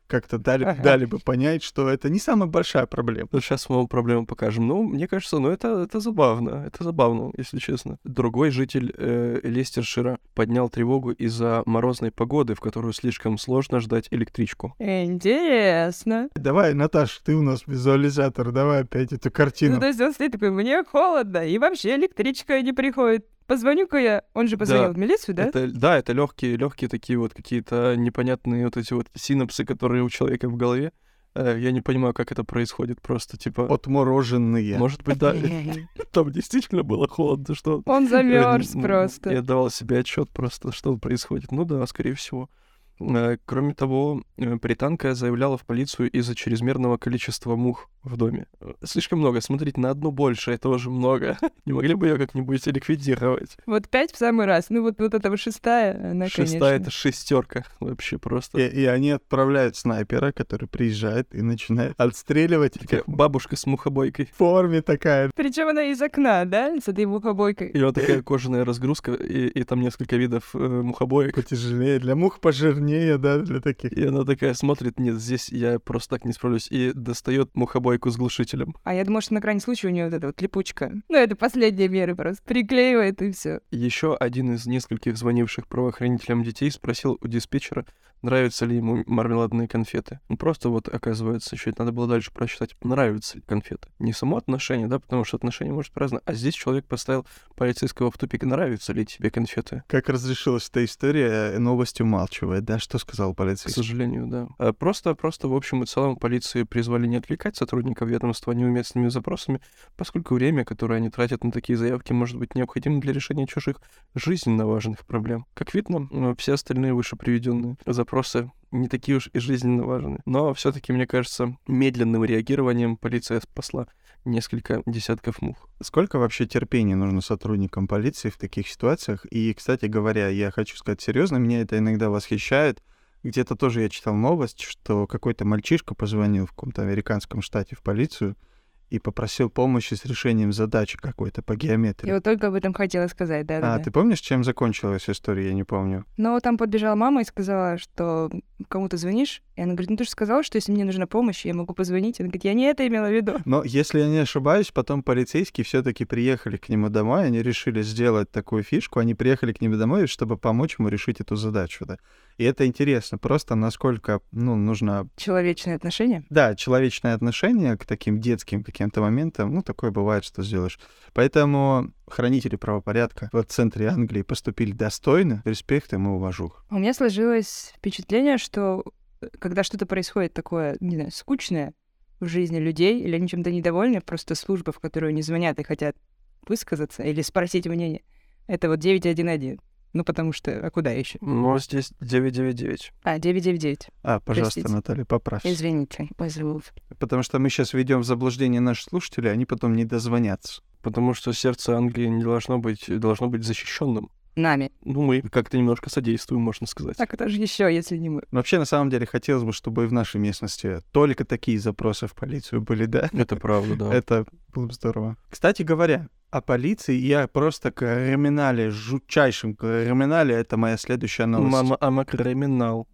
как-то дали, Ага. дали бы понять, что это не самая большая проблема. Ну, сейчас мы вам проблему покажем. Ну, мне кажется, ну, это, это забавно. Это забавно, если честно. Другой житель э, Лестершира поднял тревогу из-за морозной погоды, в которую слишком сложно ждать электричку. Интересно. Давай, Наташ, ты у нас визуализатор, давай опять эту Ну, картину. то есть он стоит такой, мне холодно, и вообще электричка не приходит. Позвоню-ка я. Он же позвонил Да. в милицию, да? Это, да, это легкие, легкие такие вот какие-то непонятные вот эти вот синапсы, которые у человека в голове. Э, Я не понимаю, как это происходит. Просто типа, Отмороженные. может быть, да, там действительно было холодно, что Он замерз Э, н- просто. Я давал себе отчет просто, что происходит. Ну да, скорее всего. Э, Кроме того, э, британка заявляла в полицию из-за чрезмерного количества мух в доме. Э, Слишком много. Смотрите, на одну больше, это уже много. Не могли бы ее как-нибудь ликвидировать? Вот пять в самый раз. Ну вот, вот эта вот шестая, она, Шестая — конечно. это шестерка. Вообще просто. И, и они отправляют снайпера, который приезжает и начинает отстреливать Такая этих бабушка с мухобойкой. в форме такая. Причем она из окна, да, с этой мухобойкой. И вот такая кожаная разгрузка, и, и там несколько видов э, мухобоек. Потяжелее, для мух пожирнее, да, для таких. И она такая смотрит, нет, здесь я просто так не справлюсь, и достает мухобойку с глушителем. А я думаю, что на крайний случай у нее вот эта вот липучка. Ну, это последние меры просто. Приклеивает и все. Еще один из нескольких звонивших правоохранителям детей спросил у диспетчера, нравятся ли ему мармеладные конфеты. Ну, просто вот, оказывается, еще это надо было дальше прочитать, нравятся ли конфеты. Не само отношение, да, потому что отношение может быть разное, а здесь человек поставил полицейского в тупик, нравятся ли тебе конфеты. Как разрешилась эта история, э, новость умалчивает, да? Что сказал К полицейский? сожалению, да. А Просто, просто, в общем и целом, полиции призвали не отвлекать сотрудников ведомства неуместными запросами, поскольку время, которое они тратят на такие заявки, может быть необходимо для решения чужих жизненно важных проблем. Как видно, э, все остальные выше приведенные запросы не такие уж и жизненно важны. Но все-таки, мне кажется, медленным реагированием полиция спасла несколько десятков мух. Сколько вообще терпения нужно сотрудникам полиции в таких ситуациях? И, кстати говоря, я хочу сказать серьезно, меня это иногда восхищает. Где-то тоже я читал новость, что какой-то мальчишка позвонил в каком-то американском штате в полицию и попросил помощи с решением задачи какой-то по геометрии. Я вот только об этом хотела сказать, да, да. А, ты помнишь, чем закончилась история? Я не помню. Но там подбежала мама и сказала, что кому ты звонишь? И она говорит, ну ты же сказала, что если мне нужна помощь, я могу позвонить. Она говорит, я не это имела в виду. Но, если я не ошибаюсь, потом полицейские все-таки приехали к нему домой, они решили сделать такую фишку, они приехали к нему домой, чтобы помочь ему решить эту задачу, да. И это интересно, просто насколько, ну, нужно, Человечные отношения. да, человечное отношение к таким детским каким-то моментам, ну, такое бывает, что сделаешь. Поэтому хранители правопорядка в центре Англии поступили достойно, респект им и уважух. У меня сложилось впечатление, что когда что-то происходит такое, не знаю, скучное в жизни людей, или они чем-то недовольны, просто служба, в которую они звонят и хотят высказаться или спросить мнение, это вот девять один один. Ну, потому что, а куда еще? Но здесь девять девять девять. А, девять девять девять. А, пожалуйста, Простите. Наталья, поправься. Извините, позову. Потому что мы сейчас ведем в заблуждение наших слушателей, они потом не дозвонятся. Потому что сердце Англии не должно быть, должно быть защищенным. Нами. Ну, мы как-то немножко содействуем, можно сказать. Так это же еще, если не мы. Вообще, на самом деле, хотелось бы, чтобы и в нашей местности только такие запросы в полицию были, да? Это правда, да. Это было бы здорово. Кстати говоря, о полиции я просто к криминале, жутчайшем криминале, это моя следующая новость. Мама, ама криминал.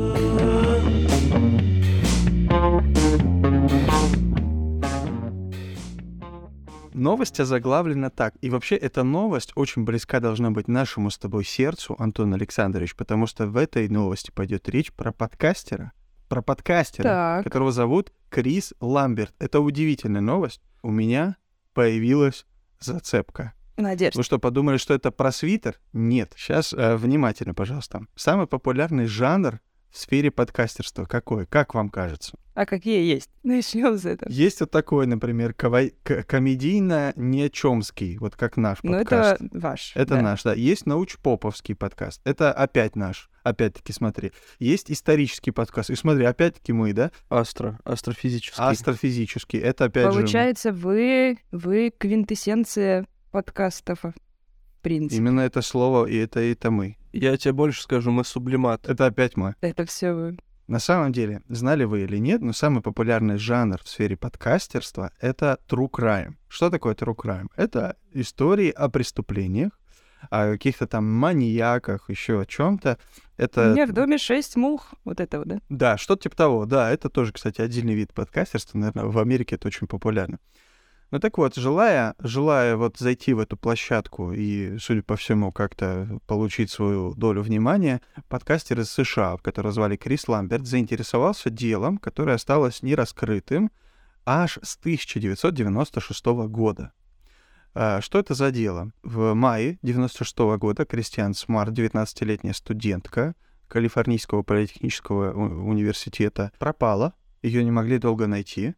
Новость озаглавлена так. И вообще эта новость очень близка должна быть нашему с тобой сердцу, Антон Александрович, потому что в этой новости пойдет речь про подкастера. Про подкастера, Так. которого зовут Крис Ламберт. Это удивительная новость. У меня появилась зацепка. Надежда. Вы что, подумали, что это про свитер? Нет. Сейчас э, внимательно, пожалуйста. Самый популярный жанр в сфере подкастерства какой? Как вам кажется? А какие есть? Начнем с этого. Есть вот такой, например, кова- к- комедийно-нечомский, вот как наш Ну, подкаст. это ваш. Это да. наш, да. Есть научпоповский подкаст. Это опять наш. Опять-таки, смотри. Есть исторический подкаст. И смотри, опять-таки мы, да? Астро, астрофизический. Астрофизический. Это опять же... Получается, вы, вы квинтэссенция подкастов, в принципе. Именно это слово, и это, и это мы. Я тебе больше скажу, мы сублимат. Это опять мы. Это все вы. На самом деле, знали вы или нет, но самый популярный жанр в сфере подкастерства — это true crime. Что такое true crime? Это истории о преступлениях, о каких-то там маньяках, еще о чем-то. У Это, меня в доме шесть мух. Вот этого, да? да, что-то типа того. Да, это тоже, кстати, отдельный вид подкастерства. Наверное, в Америке это очень популярно. Ну так вот, желая, желая вот зайти в эту площадку и, судя по всему, как-то получить свою долю внимания, подкастер из США, которого звали Крис Ламберт, заинтересовался делом, которое осталось нераскрытым аж с тысяча девятьсот девяносто шестого года. А, Что это за дело? В мае девяносто шестого года Кристиан Смарт, девятнадцатилетняя студентка Калифорнийского политехнического у- университета, пропала. Ее не могли долго найти.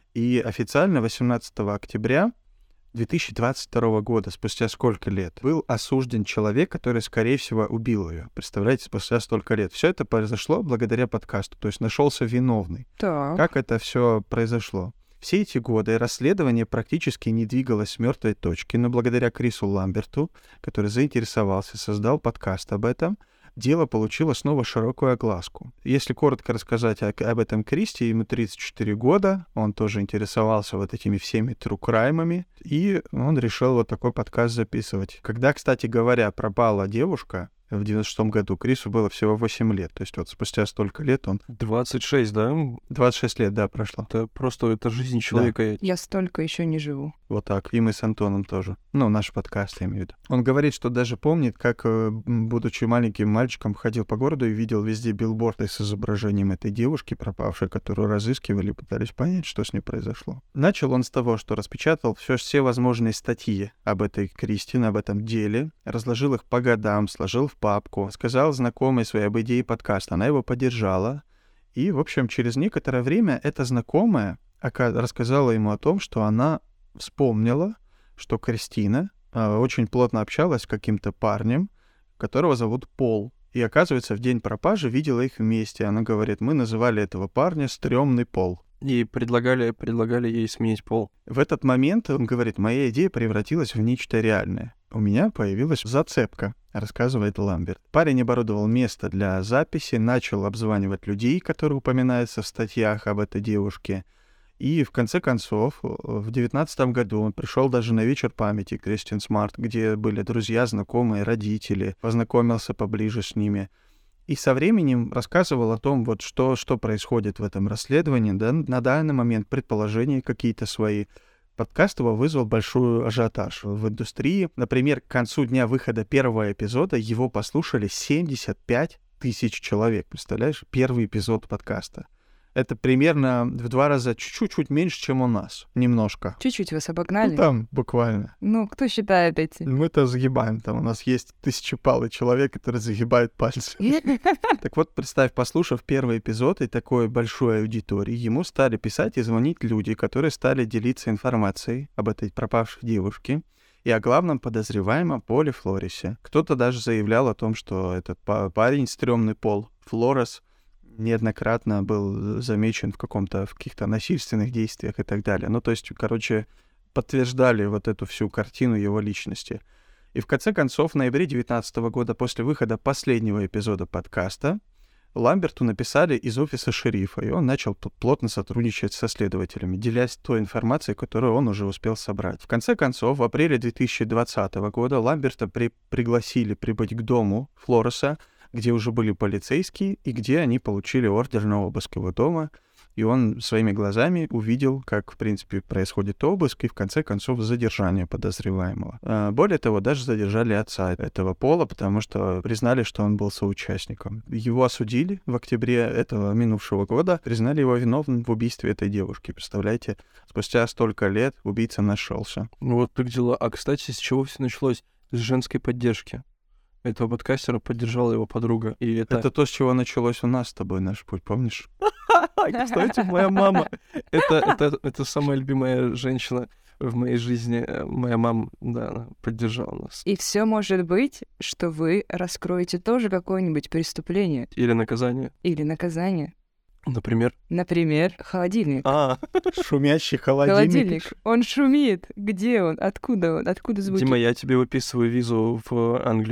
И официально восемнадцатого октября две тысячи двадцать второго года, спустя сколько лет, был осужден человек, который, скорее всего, убил ее. Представляете, спустя столько лет. Все это произошло благодаря подкасту, то есть нашелся виновный. Так. Как это все произошло? Все эти годы расследование практически не двигалось с мертвой точки, но благодаря Крису Ламберту, который заинтересовался, создал подкаст об этом, дело получило снова широкую огласку. Если коротко рассказать о- об этом Кристи, ему тридцать четыре года, он тоже интересовался вот этими всеми тру-краймами, и он решил вот такой подкаст записывать. Когда, кстати говоря, пропала девушка в девяносто шестом году, Крису было всего восемь лет, то есть вот спустя столько лет он... двадцать шесть, да? двадцать шесть лет, да, прошло. Это просто, это жизнь человека. Я столько еще не живу. Вот так. И мы с Антоном тоже. Ну, наш подкаст, я имею в виду. Он говорит, что даже помнит, как, э, м, будучи маленьким мальчиком, ходил по городу и видел везде билборды с изображением этой девушки, пропавшей, которую разыскивали, пытались понять, что с ней произошло. Начал он с того, что распечатал все, все возможные статьи об этой Кристине, об этом деле, разложил их по годам, сложил в папку, сказал знакомой своей об идее подкаста. Она его поддержала. И, в общем, через некоторое время эта знакомая ока- рассказала ему о том, что она вспомнила, что Кристина а, очень плотно общалась с каким-то парнем, которого зовут Пол. И, оказывается, в день пропажи видела их вместе. Она говорит, мы называли этого парня «стрёмный Пол». И предлагали, предлагали ей сменить пол. В этот момент, он говорит, моя идея превратилась в нечто реальное. У меня появилась зацепка, рассказывает Ламберт. Парень оборудовал место для записи, начал обзванивать людей, которые упоминаются в статьях об этой девушке. И в конце концов, в девятнадцатом году он пришел даже на вечер памяти Кристиан Смарт, где были друзья, знакомые, родители, познакомился поближе с ними. И со временем рассказывал о том, вот что, что происходит в этом расследовании, да, на данный момент предположения какие-то свои. Подкаст его вызвал большой ажиотаж в индустрии. Например, к концу дня выхода первого эпизода его послушали семьдесят пять тысяч человек. Представляешь? Первый эпизод подкаста. Это примерно в два раза чуть-чуть меньше, чем у нас. Немножко. Чуть-чуть вас Ну, обогнали. там буквально. Ну, кто считает эти? Мы-то загибаем. Там у нас есть тысячепалый человек, который загибает пальцы. Так вот, представь, послушав первый эпизод и такой большой аудитории, ему стали писать и звонить люди, которые стали делиться информацией об этой пропавшей девушке и о главном подозреваемом Поле Флорисе. Кто-то даже заявлял о том, что этот па- парень, стрёмный Пол Флорес, неоднократно был замечен в каком-то, в каких-то насильственных действиях и так далее. Ну, то есть, короче, подтверждали вот эту всю картину его личности. И в конце концов, в ноябре девятнадцатого года, после выхода последнего эпизода подкаста, Ламберту написали из офиса шерифа, и он начал тут плотно сотрудничать со следователями, делясь той информацией, которую он уже успел собрать. В конце концов, в апреле две тысячи двадцатого года Ламберта при- пригласили прибыть к дому Флореса, где уже были полицейские, и где они получили ордер на обыск его дома. И он своими глазами увидел, как, в принципе, происходит обыск, и, в конце концов, задержание подозреваемого. А, Более того, даже задержали отца этого Пола, потому что признали, что он был соучастником. Его осудили в октябре этого минувшего года, признали его виновным в убийстве этой девушки. Представляете, спустя столько лет убийца нашелся. Ну вот так дела. А, кстати, с чего все началось? С женской поддержки. Этого подкастера поддержала его подруга. И это... Это то, с чего началось у нас с тобой наш путь, помнишь? Кстати, моя мама. Это, это, это самая любимая женщина в моей жизни. Моя мама, да, она поддержала нас. И все может быть, что вы раскроете тоже какое-нибудь преступление Или наказание. или наказание. Например. Например, холодильник. А, Шумящий холодильник. Холодильник. Он шумит. Где он? Откуда он? Откуда звуки? Дима, я тебе выписываю визу в Англию.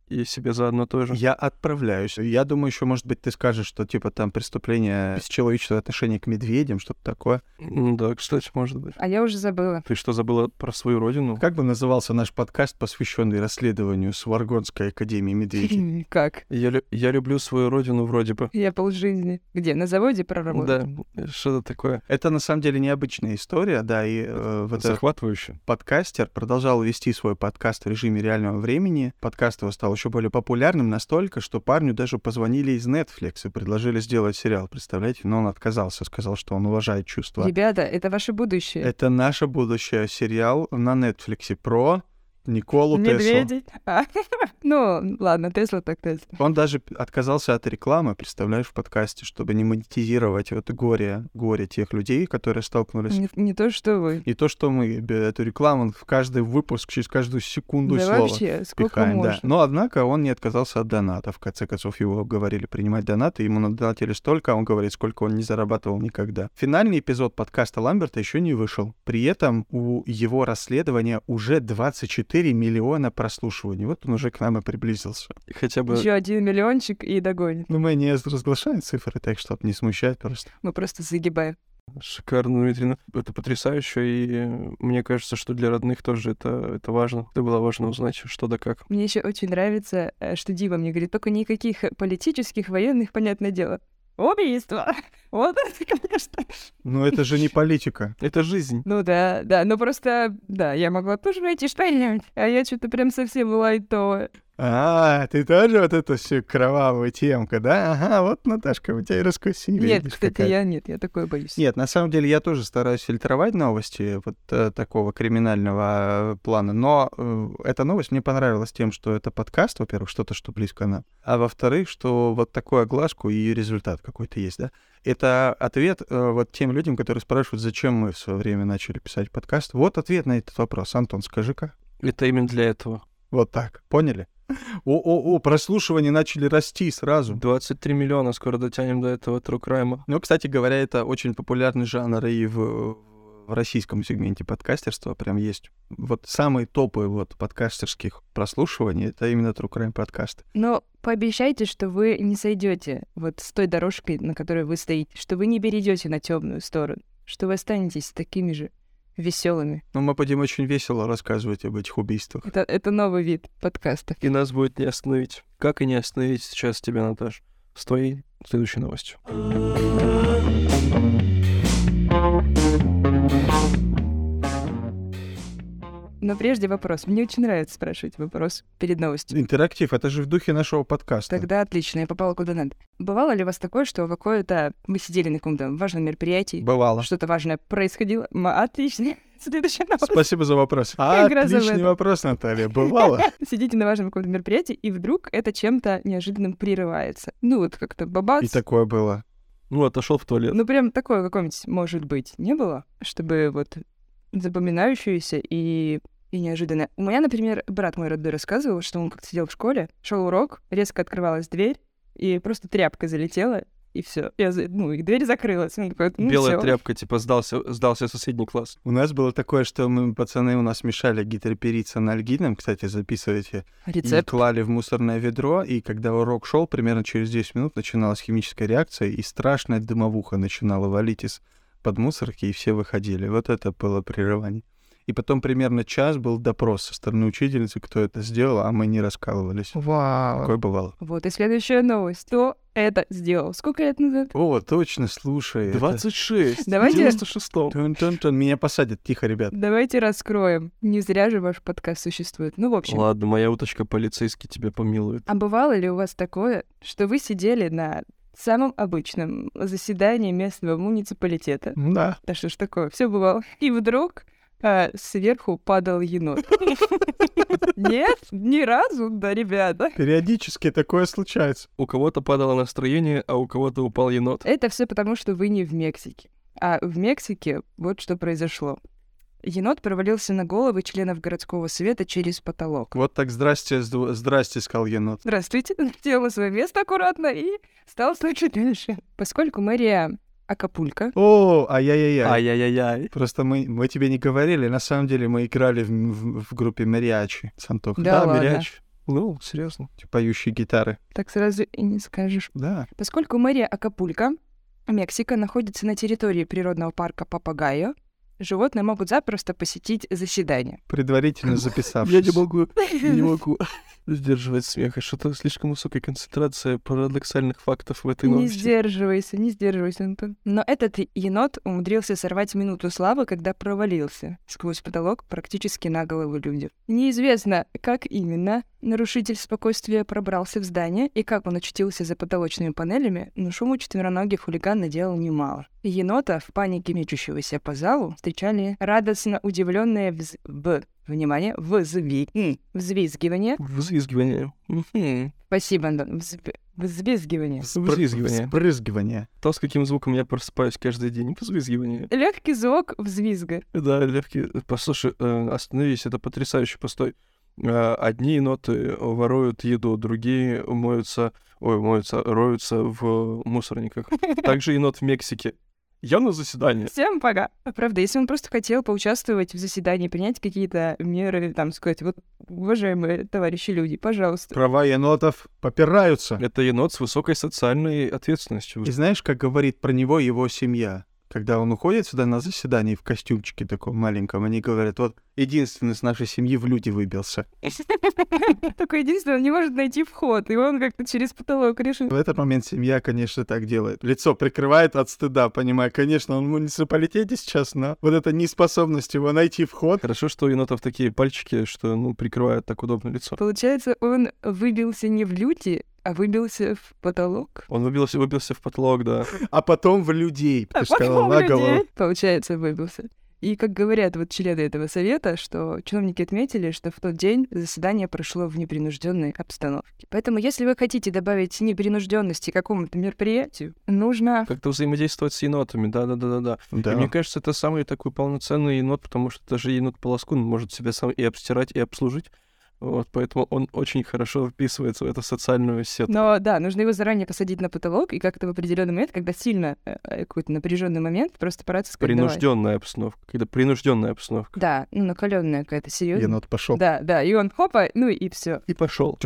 и себе заодно тоже. Я отправляюсь. Я думаю, еще, может быть, ты скажешь, что, типа, там преступление бесчеловечного отношения к медведям, что-то такое. Ну да, кстати, может быть. А я уже забыла. Ты что, забыла про свою родину? Как бы назывался наш подкаст, посвященный расследованию Сваргонской академии медведей? Как? Я, лю- я люблю свою родину вроде бы. Я полжизни. Где? На заводе проработал? Да, что-то такое. Это, на самом деле, необычная история, да, и э, вот этот Захватывающе. подкастер продолжал вести свой подкаст в режиме реального времени. Подкаст его стал еще более популярным настолько, что парню даже позвонили из Netflix и предложили сделать сериал, представляете? Но он отказался, сказал, что он уважает чувства. Ребята, это ваше будущее. Это наше будущее. Сериал на Netflix про Николу Теслу. Медведей. А, ну, ладно, Тесла так Тесла. Он даже отказался от рекламы, представляешь, в подкасте, чтобы не монетизировать вот горе, горе тех людей, которые столкнулись. Не, не то, что вы. И то, что мы б- эту рекламу в каждый выпуск, через каждую секунду и Да слово вообще, сколько пихаем, да. можно? Но, однако, он не отказался от доната. В конце концов, его говорили принимать донаты, ему надонатили столько, а он говорит, сколько он не зарабатывал никогда. Финальный эпизод подкаста Ламберта еще не вышел. При этом у его расследования уже двадцать четыре миллиона прослушиваний. Вот он уже к нам и приблизился. Хотя бы... Еще один миллиончик и догонит. Но мы не разглашаем цифры, так, чтобы не смущать просто. Мы просто загибаем. Шикарно, Дмитрий. Это потрясающе, и мне кажется, что для родных тоже это, это важно. Это было важно узнать, что да как. Мне еще очень нравится, э, что Дима мне говорит, только никаких политических, военных, понятное дело. Убийство! Вот это, конечно. Но это же не политика. Это жизнь. Ну да, да, ну просто, да, я могла тоже найти что-нибудь, а я что-то прям совсем лайтовая. А, ты тоже вот эту всю кровавую темку, да? Ага, вот, Наташка, у тебя и раскусили. Нет, видишь, кстати, какая. я нет, я такое боюсь. Нет, на самом деле я тоже стараюсь фильтровать новости вот э, такого криминального э, плана, но э, эта новость мне понравилась тем, что это подкаст, во-первых, что-то, что близко нам, а во-вторых, что вот такую огласку и результат какой-то есть, да? Это ответ э, вот тем людям, которые спрашивают, зачем мы в свое время начали писать подкаст. Вот ответ на этот вопрос. Антон, скажи-ка. Это именно для этого. Вот так, поняли? О-о-о, прослушивания начали расти сразу. двадцать три миллиона, скоро дотянем до этого True Crime. Ну, кстати говоря, это очень популярный жанр и в, в российском сегменте подкастерства. Прям есть вот самые топы вот подкастерских прослушиваний, это именно True Crime подкасты. Но пообещайте, что вы не сойдете вот с той дорожкой, на которой вы стоите, что вы не перейдете на темную сторону, что вы останетесь такими же веселыми. Но мы будем очень весело рассказывать об этих убийствах. Это, это новый вид подкаста. И нас будет не остановить. Как и не остановить сейчас тебя, Наташ, с твоей следующей новостью. Но прежде вопрос. Мне очень нравится спрашивать вопрос перед новостью. Интерактив, это же в духе нашего подкаста. Тогда отлично, я попала куда надо. Бывало ли у вас такое, что вы какое-то... Вы сидели на каком-то важном мероприятии, Бывало. что-то важное происходило? М, Отлично. Следующая новость. Спасибо за вопрос. Как раз об Отличный этом. вопрос, Наталья. Бывало? Сидите на важном каком-то мероприятии, и вдруг это чем-то неожиданным прерывается. Ну, вот как-то бабац. И такое было. Ну, отошел в туалет. Ну, прям такое какое-нибудь, может быть, не было, чтобы вот запоминающееся и, и неожиданное. У меня, например, брат мой родной рассказывал, что он как-то сидел в школе, шел урок, резко открывалась дверь, и просто тряпка залетела, и все. Я, за- ну, и дверь закрылась. Он такой, ну, Белая всё. тряпка, типа, сдался, сдался соседний класс. У нас было такое, что мы, пацаны, у нас мешали гидроперит с анальгином, кстати, записывайте, и Рецепт. клали в мусорное ведро, и когда урок шел, примерно через десять минут начиналась химическая реакция, и страшная дымовуха начинала валить из-под мусорки, и все выходили. Вот это было прерывание. И потом примерно час был допрос со стороны учительницы, кто это сделал, а мы не раскалывались. Вау. Такое бывало. Вот и следующая новость. Кто это сделал? Сколько лет назад? О, точно, слушай. это- двадцать шесть. Давайте- В девяносто шестом. Тун-тун-тун, меня посадят. Тихо, ребят. Давайте раскроем. Не зря же ваш подкаст существует. Ну, в общем. Ладно, моя уточка полицейский тебя помилует. А бывало ли у вас такое, что вы сидели на самом обычном заседании местного муниципалитета? Да. Да что ж такое, все бывало. И вдруг а, сверху падал енот. Нет, ни разу, да, ребята. Периодически такое случается. У кого-то падало настроение, а у кого-то упал енот. Это все потому, что вы не в Мексике. А в Мексике вот что произошло. Енот провалился на головы членов городского совета через потолок. Вот так здрасте, зд- здрасте, сказал енот. Здравствуйте, сел на свое место аккуратно и стал слушать дальше. Поскольку мэрия Акапулько... О, ай-яй-яй-яй. Ай-яй-яй-яй. Просто мы, мы тебе не говорили, на самом деле мы играли в, в- в группе Мариачи с Антохой. Да ладно. Миряч. Ну, серьезно. Типа поющие гитары. Так сразу и не скажешь. Да. Поскольку мэрия Акапулько, Мексика, находится на территории природного парка Папагайо, животные могут запросто посетить заседание. Предварительно записавшись. Я не могу, не могу сдерживать смеха. Что-то слишком высокая концентрация парадоксальных фактов в этой Не новости. сдерживайся, не сдерживайся, Антон. Но этот енот умудрился сорвать минуту славы, когда провалился сквозь потолок практически на голову людям. Неизвестно, как именно нарушитель спокойствия пробрался в здание и как он очутился за потолочными панелями, но шуму четвероногий хулиган наделал немало. Енота, в панике мечущегося по залу, встречали радостно удивленные вз... Б. Внимание, взви... взвизгивание. Взвизгивание. Мгм. Спасибо, Антон. Взв... Взвизгивание. Взвизгивание. Вспрызгивание. То, с каким звуком я просыпаюсь каждый день. Взвизгивание. Легкий звук взвизга. Да, легкий. Послушай, э, остановись, это потрясающе, постой. Э, Одни еноты воруют еду, другие моются, ой, моются, роются в мусорниках. Также енот в Мексике. Я на заседании. Всем пока. Правда, если он просто хотел поучаствовать в заседании, принять какие-то меры, там, сказать, вот, уважаемые товарищи люди, пожалуйста. Права енотов попираются. Это енот с высокой социальной ответственностью. И знаешь, как говорит про него его семья? Когда он уходит сюда на заседание в костюмчике таком маленьком, они говорят, вот единственный из нашей семьи в люди выбился. Только единственное, он не может найти вход, и он как-то через потолок решил. В этот момент семья, конечно, так делает. Лицо прикрывает от стыда, понимая, конечно, он в муниципалитете сейчас, но вот эта неспособность его найти вход. Хорошо, что у енотов такие пальчики, что, ну, прикрывают так удобно лицо. Получается, он выбился не в люди, а выбился в потолок. Он выбился, выбился в потолок, да. А потом в людей. А Ты сказала, потом на людей. голову. Получается, выбился. И, как говорят вот члены этого совета, что чиновники отметили, что в тот день заседание прошло в непринужденной обстановке. Поэтому, если вы хотите добавить непринужденности какому-то мероприятию, нужно... Как-то взаимодействовать с енотами, да-да-да-да. Да. И мне кажется, это самый такой полноценный енот, потому что даже енот-полоскун может себя сам и обстирать, и обслужить. Вот, поэтому он очень хорошо вписывается в эту социальную сетку. Но да, нужно его заранее посадить на потолок, и как-то в определенный момент, когда сильно э, какой-то напряженный момент, просто пора сказать, давай. Принужденная обстановка, какая-то принужденная обстановка. Да, ну, накаленная какая-то, серьезная. Енот пошел. Да, да, и он хопа, ну и все. И пошел.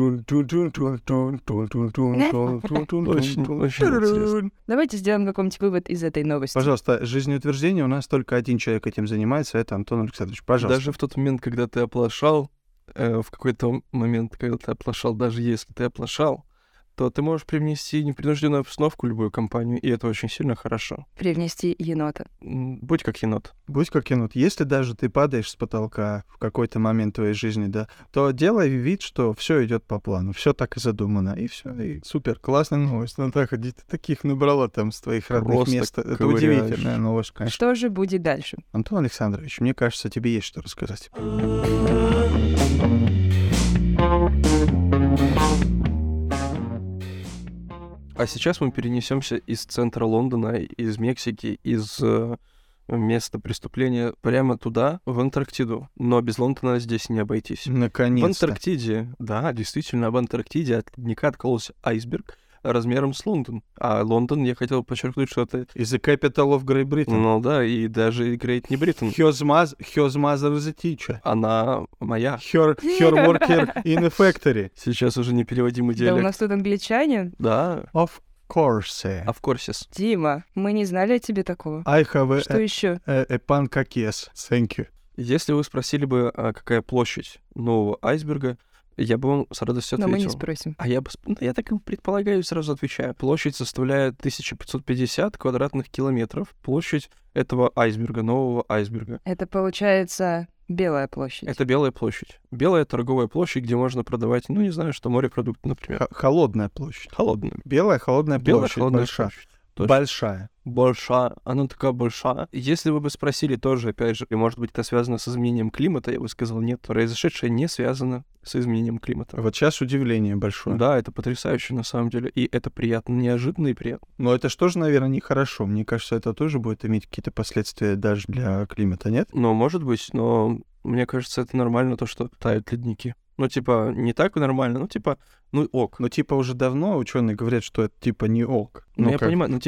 Очень, очень интересно. Давайте сделаем какой-нибудь вывод из этой новости. Пожалуйста, жизнеутверждение у нас только один человек этим занимается, это Антон Александрович. Пожалуйста. Даже в тот момент, когда ты оплошал, э, в какой-то момент, когда ты оплошал, даже если ты оплошал, то ты можешь привнести непринужденную обстановку в любую компанию, и это очень сильно хорошо. Привнести енота. М, Будь как енот. Будь как енот. Если даже ты падаешь с потолка в какой-то момент твоей жизни, да, то делай вид, что все идет по плану, все так и задумано, и все, и супер, классная новость. Ну так, ты таких набрала там с твоих родных Просто мест. Это ковыряешь. удивительная новость, конечно. Что же будет дальше? Антон Александрович, мне кажется, тебе есть что рассказать. А сейчас мы перенесемся из центра Лондона, из Мексики, из э, места преступления прямо туда, в Антарктиду. Но без Лондона здесь не обойтись. В Наконец-то. Антарктиде, да, действительно, в Антарктиде от ледника откололся айсберг размером с Лондон. А Лондон, я хотел подчеркнуть, что это... Is the capital of Great Britain. Ну да, и даже Great не Britain. His mother, his mother is a teacher. Она моя. Her, her worker in a factory. Сейчас уже непереводимый Да у диалект. нас тут англичанин. Да, Of course. of course. Дима, мы не знали о тебе такого. I have a, Что еще? a, a pancakes. Thank you. Если вы спросили бы, а какая площадь нового айсберга, я бы вам с радостью Но мы не ответил. спросим. А я бы... сп- ну, я так и предполагаю, и сразу отвечаю. Площадь составляет тысяча пятьсот пятьдесят квадратных километров. Площадь этого айсберга, нового айсберга. Это получается Белая площадь. Это Белая площадь. Белая торговая площадь, где можно продавать, ну, не знаю, что морепродукты, например. Х- холодная площадь. Холодная. Белая холодная Белая площадь. холодная большая. площадь. Точно. Большая. Большая. Она такая большая. Если вы бы спросили тоже, опять же, и может быть это связано с изменением климата, я бы сказал, нет, произошедшее не связано с изменением климата. Вот сейчас удивление большое. Да, это потрясающе на самом деле. И это приятно, неожиданно и приятно. Но это же тоже, наверное, нехорошо. Мне кажется, это тоже будет иметь какие-то последствия даже для климата, нет? Но может быть, но мне кажется, это нормально, то, что тают ледники. Ну, типа, не так нормально, ну, типа, ну, ок. Но типа уже давно ученые говорят, что это типа не ок. Ну, я как? понимаю, ну, типа,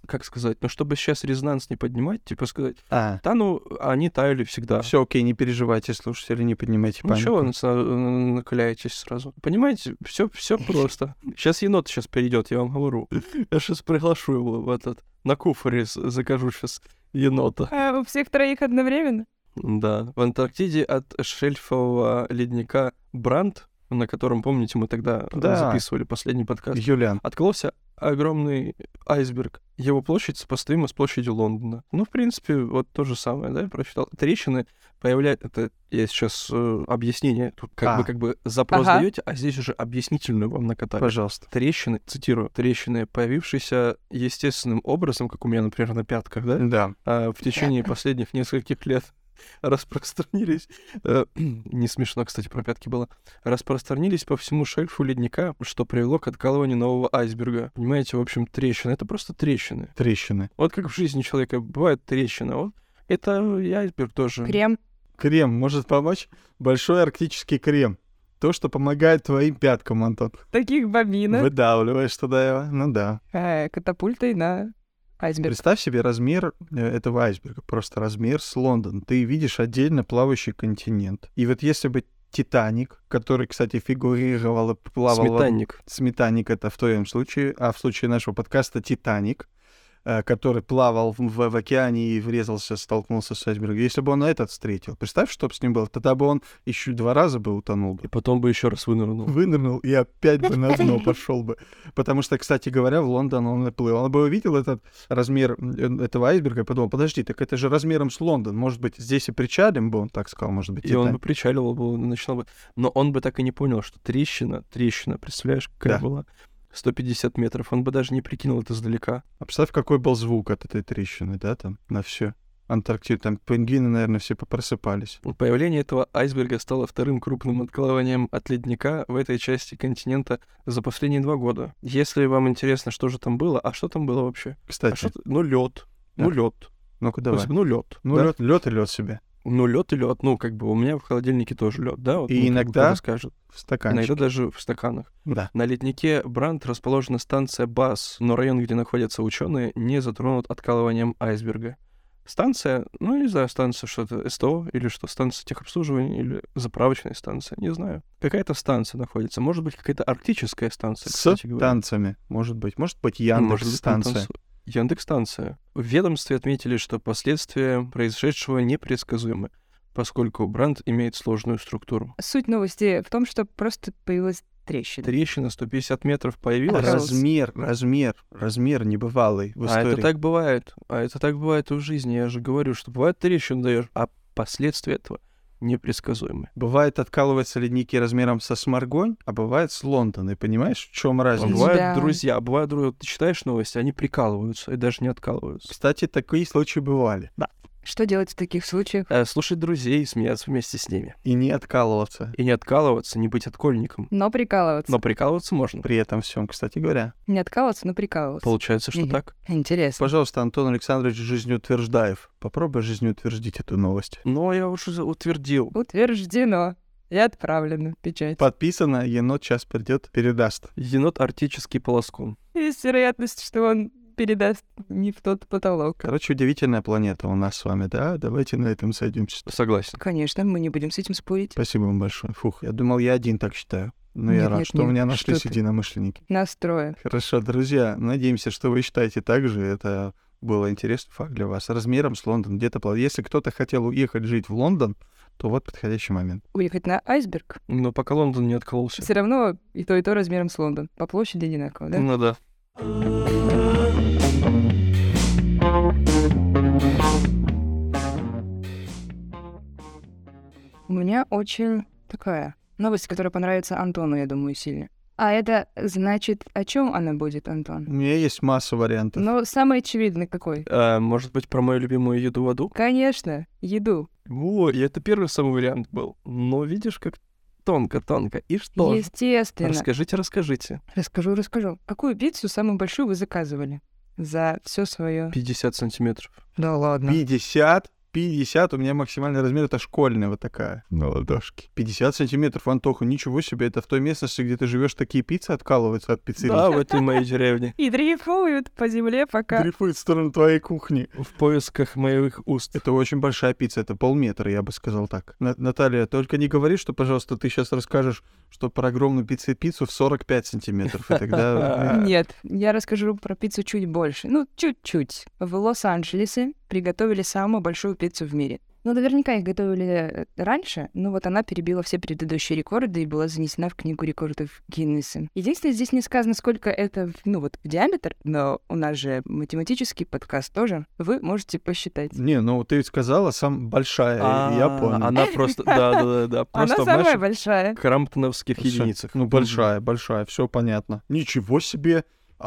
как сказать, ну, чтобы сейчас резонанс не поднимать, типа сказать, А, да, ну, они таяли всегда. все окей, не переживайте, слушатели, не поднимайте Ну, панику. чего вы на- накаляетесь сразу? Понимаете, все, все просто. Сейчас енот сейчас перейдет, я вам говорю. Я сейчас приглашу его в этот, на куфоре с- закажу сейчас енота. А у всех троих одновременно? Да, в Антарктиде от шельфового ледника Брандт, на котором, помните, мы тогда э, Да. записывали последний подкаст, Юлиан, откололся огромный айсберг. Его площадь сопоставима с площадью Лондона. Ну, в принципе, вот то же самое, да, я прочитал. Трещины появляются... Это я сейчас э, объяснение. Тут как А. бы как бы запрос Ага. даете, а здесь уже объяснительную вам накатали. пожалуйста. Трещины, цитирую, трещины, появившиеся естественным образом, как у меня, например, на пятках, да, Да. а, в течение последних нескольких лет распространились, э, не смешно, кстати, про пятки было, распространились по всему шельфу ледника, что привело к откалыванию нового айсберга. Понимаете, в общем, трещины. Это просто трещины. Трещины. Вот как в жизни человека бывает трещина. Вот это и айсберг тоже. Крем. Крем может помочь? Большой арктический крем. То, что помогает твоим пяткам, Антон. Таких бобинок. Выдавливаешь туда его. Ну да. э, Катапультой на айсберг. Представь себе размер э, этого айсберга. Просто размер с Лондон. Ты видишь отдельно плавающий континент. И вот если бы Титаник, который, кстати, фигурировал и плавал... в- Сметанник. Сметанник — это в твоем случае, а в случае нашего подкаста Титаник, э, который плавал в, в- в океане и врезался, столкнулся с айсбергом. Если бы он этот встретил, представь, что бы с ним было, тогда бы он еще два раза бы утонул бы. И потом бы еще раз вынырнул. Вынырнул и опять бы на дно пошел бы. Потому что, кстати говоря, в Лондон он и плыл. Он бы увидел этот размер э, этого айсберга и подумал, подожди, так это же размером с Лондон. Может быть, здесь и причалим бы, он так сказал, может быть, И он бы Титаник. причаливал бы, начинал бы... Но он бы так и не понял, что трещина, трещина, представляешь, какая Да. была? сто пятьдесят метров. Он бы даже не прикинул это издалека. А представь, какой был звук от этой трещины, да, там, на все. Антарктиду, там пингвины, наверное, все попросыпались. Появление этого айсберга стало вторым крупным откалыванием от ледника в этой части континента за последние два года. Если вам интересно, что же там было, а что там было вообще? А Кстати, что т- ну, лед. Ну, Да. лед. ну-ка давай. Ну, лед. Ну, лед, лед и лед себе. Ну, лед и лед. Ну, как бы у меня в холодильнике тоже лед, да? Вот, И ну, как бы иногда кто-то скажет. В стаканчике. Иногда даже в стаканах. Да. На леднике Брандт расположена станция БАС, но район, где находятся ученые, не затронут откалыванием айсберга. Станция, ну, не знаю, станция что-то СТО, или что, станция техобслуживания, или заправочная станция, не знаю. Какая-то станция находится. Может быть, какая-то арктическая станция, С кстати говоря. танцами, может быть. Может быть, Может быть, там Яндекс-станция. танцу- Яндекс-станция. В ведомстве отметили, что последствия произошедшего непредсказуемы, поскольку Брандт имеет сложную структуру. Суть новости в том, что просто появилась трещина. Трещина сто пятьдесят метров появилась. Пожалуйста. Размер, размер, размер небывалый в А истории. это так бывает. А это так бывает и в жизни. Я же говорю, что бывает трещину даешь, а последствия этого непредсказуемы. Бывает, откалываются ледники размером со Сморгонь, а бывает с Лондон. И понимаешь, в чем А разница? бывают Да. друзья, а бывают друзья. Ты читаешь новости, они прикалываются и даже не откалываются. Кстати, такие случаи бывали. Что делать в таких случаях? Э, слушать друзей и смеяться вместе с ними. И не откалываться. И не откалываться, не быть откольником. Но прикалываться. Но прикалываться можно. При этом всем, кстати говоря. Не откалываться, но прикалываться. Получается, что Мгм. так. Интересно. Пожалуйста, Антон Александрович Жизнеутверждаев, попробуй жизнеутвердить эту новость. Но я уже утвердил. Утверждено. И отправлено в печать. Подписано, енот сейчас придет, передаст. Енот арктический полоскун. Есть вероятность, что он передаст не в тот потолок. Короче, удивительная планета у нас с вами, да? Давайте на этом сойдемся. Согласен. Конечно, мы не будем с этим спорить. Спасибо вам большое. Фух, я думал, я один так считаю. Но я Нет, рад, нет, что у нет, меня нашлись что ты. единомышленники. Настроя. Хорошо, друзья, надеемся, что вы считаете так же. Это был интересный факт для вас. Размером с Лондон где-то... пла- Если кто-то хотел уехать жить в Лондон, то вот подходящий момент. Уехать на айсберг. Но пока Лондон не откололся. Все равно и то, и то размером с Лондон. По площади одинаково, да? Ну да. У меня очень такая новость, которая понравится Антону, я думаю, сильно. А это значит, о чем она будет, У Антон? меня есть масса вариантов. Ну, самый очевидный какой? А, может быть, про мою любимую еду в аду? Конечно, еду. О, и это первый самый вариант был. Но видишь, как тонко-тонко. И что же? Естественно. Расскажите, расскажите. Расскажу, расскажу. Какую пиццу самую большую вы заказывали за все свое? пятьдесят сантиметров. Да ладно. пятьдесят? пятьдесят, у меня максимальный размер — это школьная вот такая, на ладошке. пятьдесят сантиметров, Антоха, ничего себе, это в той местности, где ты живешь, такие пиццы откалываются от пиццерии. Да, в этой моей деревне. И дрейфуют по земле пока. Дрейфует в сторону твоей кухни. В поисках моих уст. Это очень большая пицца, это полметра, я бы сказал так. На- Наталья, только не говори, что, пожалуйста, ты сейчас расскажешь, что про огромную пиццу-пиццу в сорок пять сантиметров, и тогда... Нет, я расскажу про пиццу чуть больше. Ну, чуть-чуть. В Лос-Анджелесе приготовили самую большую пиццу в мире. Ну, наверняка их готовили раньше, но вот она перебила все предыдущие рекорды и была занесена в книгу рекордов Гиннесса. Единственное, здесь не сказано, сколько это, ну, вот в диаметр, но у нас же математический подкаст тоже. Вы можете посчитать. Не, ну ты ведь сказала, сам большая, и я А, понял. Она просто, да-да-да, просто Она в самая наших большая. крамптоновских Всё. единицах. Ну, большая, большая, все понятно. Ничего себе,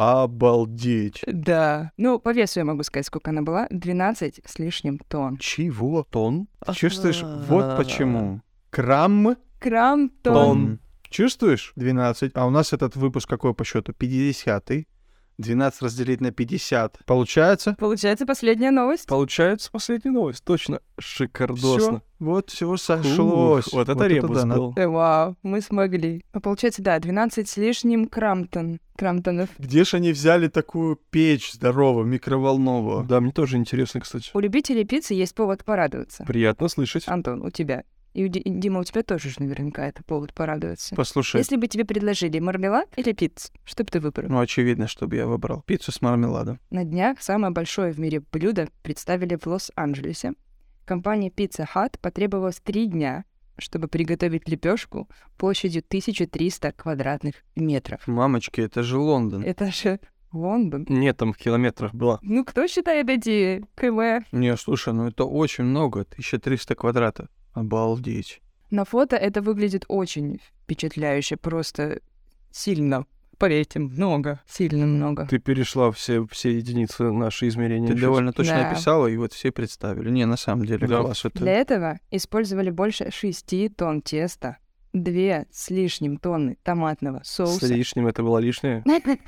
обалдеть. Да. Ну, по весу я могу сказать, сколько она была. двенадцать с лишним тонн. Чего? Тон. Ты чувствуешь? Вот почему. Крам. Крам тонн. Тонн. Чувствуешь? двенадцать. А у нас этот выпуск какой по счету? пятидесятый. двенадцать разделить на пятьдесят. Получается? Получается, последняя новость. Получается последняя новость. Точно. Шикардосно. Все. Вот все сошлось. Ух, вот это ребус да, был. Э, Вау, мы смогли. А получается, да, двенадцать с лишним крамтон. Крамтонов. Где ж они взяли такую печь здоровую, микроволновую? Да, мне тоже интересно, кстати. У любителей пиццы есть повод порадоваться. Приятно слышать. Антон, у тебя. И, у Ди- и, Дима, у тебя тоже же наверняка это повод порадоваться. Послушай, Если бы тебе предложили мармелад или пиццу, что бы ты выбрал? ну очевидно, чтобы я выбрал пиццу с мармеладом. На днях самое большое в мире блюдо представили в Лос-Анджелесе. Компания Pizza Hut потребовалось три дня, чтобы приготовить лепешку площадью тысяча триста квадратных метров. Мамочки, это же Лондон. Это же Лондон. Нет, там в километрах была. Ну, кто считает эти км? Не, слушай, ну это очень много, тысяча триста квадратов. Обалдеть. На фото это выглядит очень впечатляюще, просто сильно. Поверьте, много, сильно много. Ты перешла все, все единицы наши измерения. Ты Щас. довольно точно Да. описала, и вот все представили. Не, на самом деле, Да. класс. Это... Для этого использовали больше шести тонн теста, две с лишним тонны томатного С соуса. лишним это было лишнее.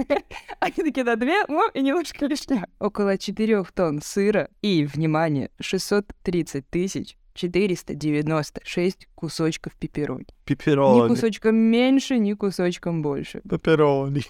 Они такие, да, две, ну, и немножко лишнего. Около четырех тонн сыра и, внимание, шестьсот тридцать тысяч четыреста девяносто шесть кусочков пепперони. Ни Пепперони. кусочком меньше, ни кусочком больше. Пепперони.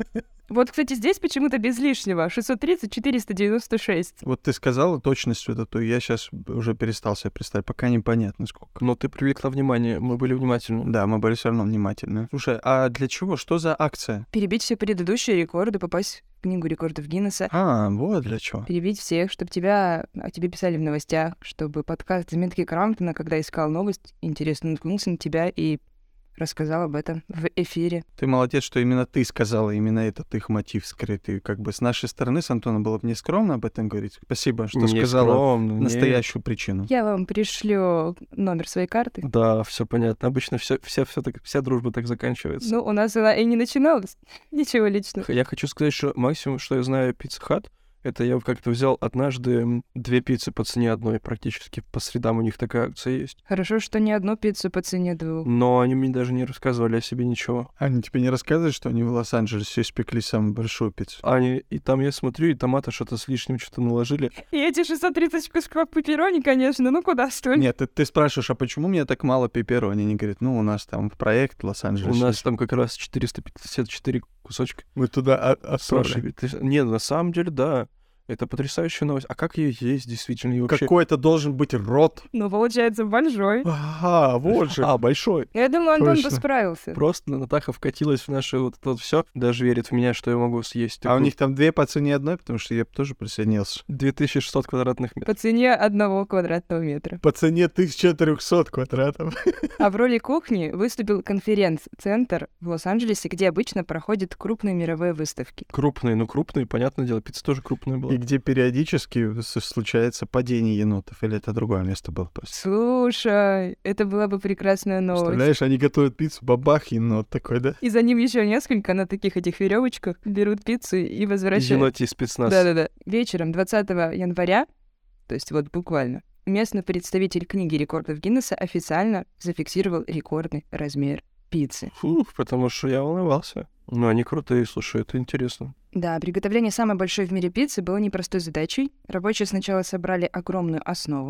Вот, кстати, здесь почему-то без лишнего. шестьсот тридцать четыреста девяносто шесть. Вот ты сказала точность вот эту, я сейчас уже перестал себе представить, пока непонятно сколько. Но ты привлекла внимание, мы были внимательны. Да, мы были все равно внимательны. Слушай, а для чего? Что за акция? Перебить все предыдущие рекорды, попасть в книгу рекордов Гиннесса. А, вот для чего. Перебить всех, чтобы тебя, о тебе писали в новостях, чтобы подкаст «Заметки Крамптона», когда искал новость, интересно наткнулся на тебя и рассказал об этом в эфире. Ты молодец, что именно ты сказала, именно этот их мотив скрытый. Как бы с нашей стороны, с Антоном, было бы не скромно об этом говорить. Спасибо, что Не сказала скромно, не. настоящую причину. Я вам пришлю номер своей карты. Да, все понятно. Обычно все, вся, вся, так, вся дружба так заканчивается. Ну, у нас она и не начиналась. Ничего личного. Я хочу сказать, что максимум, что я знаю Pizza Hut, это я как-то взял однажды м, две пиццы по цене одной практически. По средам у них такая акция есть. Хорошо, что не одну пиццу по цене двух. Но они мне даже не рассказывали о себе ничего. Они тебе не рассказывают, что они в Лос-Анджелесе испекли самую большую пиццу? Они, и там я смотрю, и томата что-то с лишним что-то наложили. И эти шестьсот тридцать кусков пепперони, конечно, ну куда, что ли? Нет, ты, ты спрашиваешь, а почему мне так мало пепперони? Они говорят, ну, у нас там проект в Лос-Анджелесе. У нас там как раз четыреста пятьдесят четыре кусочка. Мы туда о- Спрашивали. Ты- Не, на самом деле, да. Это потрясающая новость. А как ее есть действительно? И вообще... Какой-то должен быть рот. Ну, получается, большой. Ага, вот же. А, большой. Я думаю, Антон бы Точно. справился. Просто Натаха вкатилась в наше вот это вот все. Даже верит в меня, что я могу съесть. А у такую них там две по цене одной, потому что я б тоже присоединился. две тысячи шестьсот квадратных метров. По цене одного квадратного метра. По цене тысяча триста квадратов. А в роли кухни выступил конференц-центр в Лос-Анджелесе, где обычно проходят крупные мировые выставки. Крупные, ну крупные, понятное дело. Пицца тоже крупная была. И где периодически с- случается падение енотов. Или это другое место было просто? Слушай, это была бы прекрасная новость. Представляешь, они готовят пиццу, бабах, енот такой, да? И за ним еще несколько на таких этих веревочках берут пиццу и возвращают. Енотий спецназ. Да-да-да. Вечером двадцатого января, то есть вот буквально, местный представитель книги рекордов Гиннесса официально зафиксировал рекордный размер пиццы. Фух, потому что я волновался. Ну, они крутые, слушай, это интересно. Да, приготовление самой большой в мире пиццы было непростой задачей. Рабочие сначала собрали огромную основу,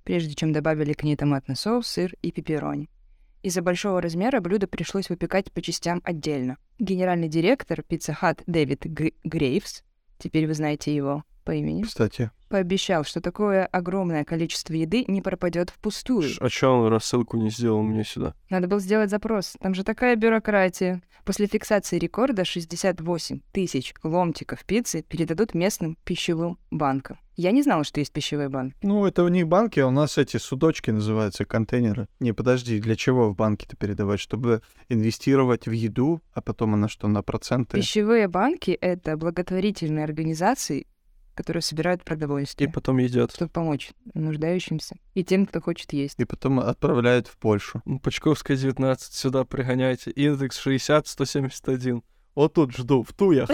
прежде чем добавили к ней томатный соус, сыр и пепперони. Из-за большого размера блюдо пришлось выпекать по частям отдельно. Генеральный директор Pizza Hut Дэвид Г- Грейвс, теперь вы знаете его по имени, Кстати, пообещал, что такое огромное количество еды не пропадет впустую. Ш- А чё он рассылку не сделал мне сюда? Надо было сделать запрос. Там же такая бюрократия. После фиксации рекорда шестьдесят восемь тысяч ломтиков пиццы передадут местным пищевым банкам. Я не знала, что есть пищевые банки. ну, это у них банки, а у нас эти судочки называются, контейнеры. Не, подожди, для чего в банки-то передавать? Чтобы инвестировать в еду, а потом она что, на проценты? Пищевые банки — это благотворительные организации, которые собирают И продовольствие, потом едят. чтобы помочь нуждающимся и тем, кто хочет есть. И потом отправляют в Польшу. Ну, Почковская, девятнадцать, сюда пригоняйте. Индекс шестьдесят сто семьдесят один. Вот тут жду, в туях.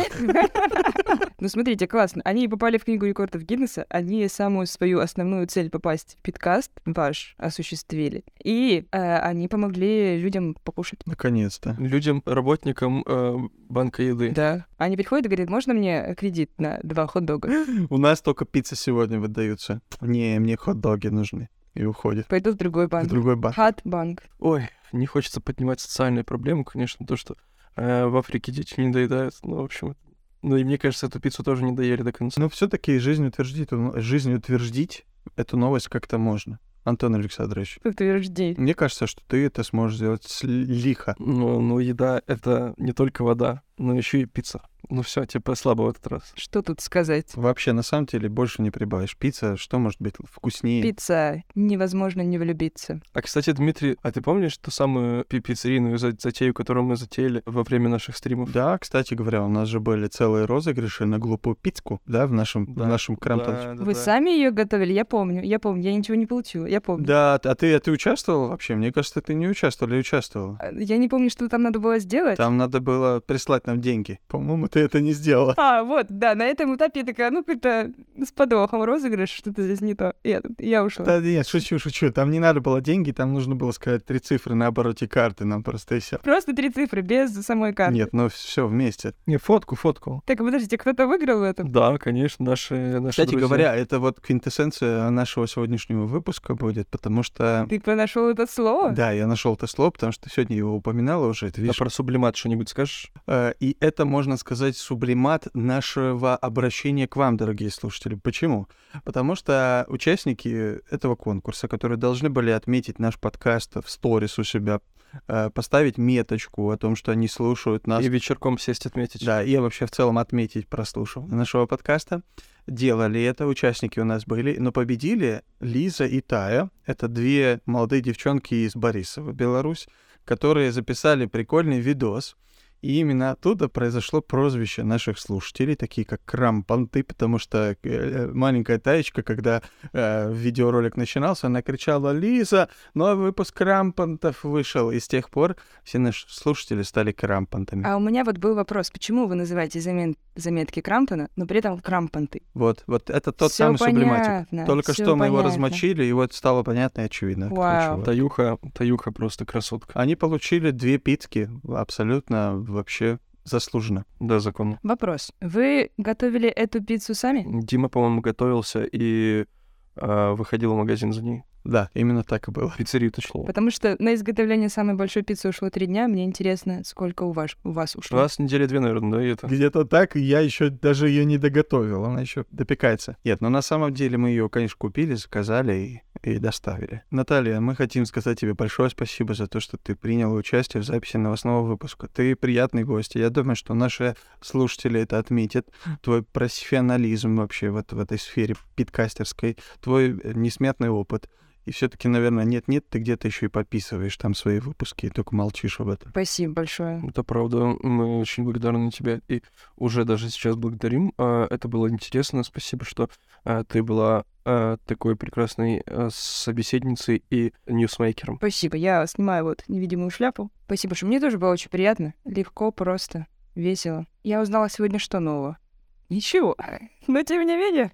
Ну, смотрите, классно. Они попали в книгу рекордов Гиннесса, они самую свою основную цель попасть в подкаст ваш осуществили. И э, они помогли людям покушать. Наконец-то. Людям, работникам э, банка еды. Да. Они приходят и говорят, можно мне кредит на два хот-дога? У нас только пицца сегодня выдаются. Не, мне хот-доги нужны. И уходит Пойду в другой в банк. другой банк. Хат-банк. Ой, не хочется поднимать социальные проблемы, конечно, то, что э, в Африке дети не доедают. Ну, в общем, ну и мне кажется, эту пиццу тоже не доели до конца. Но все-таки жизнь утвердить, жизнь утвердить эту новость как-то можно. Антон Александрович, Подтвержди. мне кажется, что ты это сможешь сделать с- лихо. Ну, ну, еда — это не только вода, но еще и пицца. Ну все, типа слабо в этот раз. Что тут сказать? Вообще, на самом деле, больше не прибавишь. Пицца, что может быть вкуснее? Пицца. Невозможно не влюбиться. А, кстати, Дмитрий, а ты помнишь ту самую пи- пиццерийную за- затею, которую мы затеяли во время наших стримов? Да, кстати говоря, у нас же были целые розыгрыши на глупую пиццу, да, в нашем, Да, в нашем крамтон. Да, да, Вы да. сами ее готовили? Я помню. Я помню. Я ничего не получила. Я помню. Да, а ты, а ты участвовал вообще? Мне кажется, ты не участвовал или участвовал? А, Я не помню, что там надо было сделать. Там надо было прислать нам деньги. По-моему, ты это не сделала. А, вот, да, на этом этапе я такая, ну, как-то с подвохом розыгрыш, что-то здесь не то. Я, тут- я ушла. Да нет, шучу, шучу. Там не надо было деньги, там нужно было сказать три цифры на обороте карты, нам просто и все. Просто три цифры, без самой карты. Нет, ну все вместе. Не, фотку, фотку. Так, подождите, кто-то выиграл в этом? Да, конечно, наши, наши Кстати друзья. говоря, это вот квинтэссенция нашего сегодняшнего выпуска будет, потому что... Ты нашел это слово? Да, я нашел это слово, потому что сегодня его упоминала уже. Это, А видишь, про сублимат что-нибудь скажешь? Э, И это, можно сказать, сублимат нашего обращения к вам, дорогие слушатели. Почему? Потому что участники этого конкурса, которые должны были отметить наш подкаст в сторис у себя, э, поставить меточку о том, что они слушают нас, И вечерком сесть отметить. да, и вообще в целом отметить прослушивание нашего подкаста, делали это, участники у нас были, но победили Лиза и Тая. Это две молодые девчонки из Борисова, Беларусь, которые записали прикольный видос. И именно оттуда произошло прозвище наших слушателей, такие как крампанты, потому что э, маленькая Таечка, когда э, видеоролик начинался, она кричала: «Лиза, новый выпуск крампантов вышел!» И с тех пор все наши слушатели стали крампантами. А у меня вот был вопрос, почему вы называете замен- заметки Крамптона, но при этом крампанты? Вот, вот это тот Всё самый сублиматик. понятно, Только всё что мы его понятно. размочили, и вот стало понятно и очевидно. кто Вау. чего. Таюха, Таюха просто красотка. Они получили две пиццы абсолютно вообще заслуженно. Да, законно. Вопрос. Вы готовили эту пиццу сами? Дима, по-моему, готовился и а, выходил в магазин за ней. Да, именно так и было. Пиццерию, точнее. Потому что на изготовление самой большой пиццы ушло три дня. Мне интересно, сколько у вас, у вас У ушло. вас недели две, наверное, да, и это? Где-то так, и я еще даже ее не доготовил, она еще допекается. Нет, но на самом деле мы ее, конечно, купили, заказали и, и доставили. Наталья, мы хотим сказать тебе большое спасибо за то, что ты приняла участие в записи новостного выпуска. Ты приятный гость, и я думаю, что наши слушатели это отметят. Твой профессионализм вообще вот в этой сфере питкастерской, твой несметный опыт. И все-таки, наверное, нет-нет, ты где-то еще и подписываешь там свои выпуски, и только молчишь об этом. Спасибо большое. Это правда, мы очень благодарны тебе и уже даже сейчас благодарим. А, Это было интересно, спасибо, что а, ты была а, такой прекрасной а, собеседницей и ньюсмейкером. Спасибо. Я снимаю вот невидимую шляпу. Спасибо, что мне тоже было очень приятно. Легко, просто, весело. Я узнала сегодня что нового. Ничего. Но тем не менее,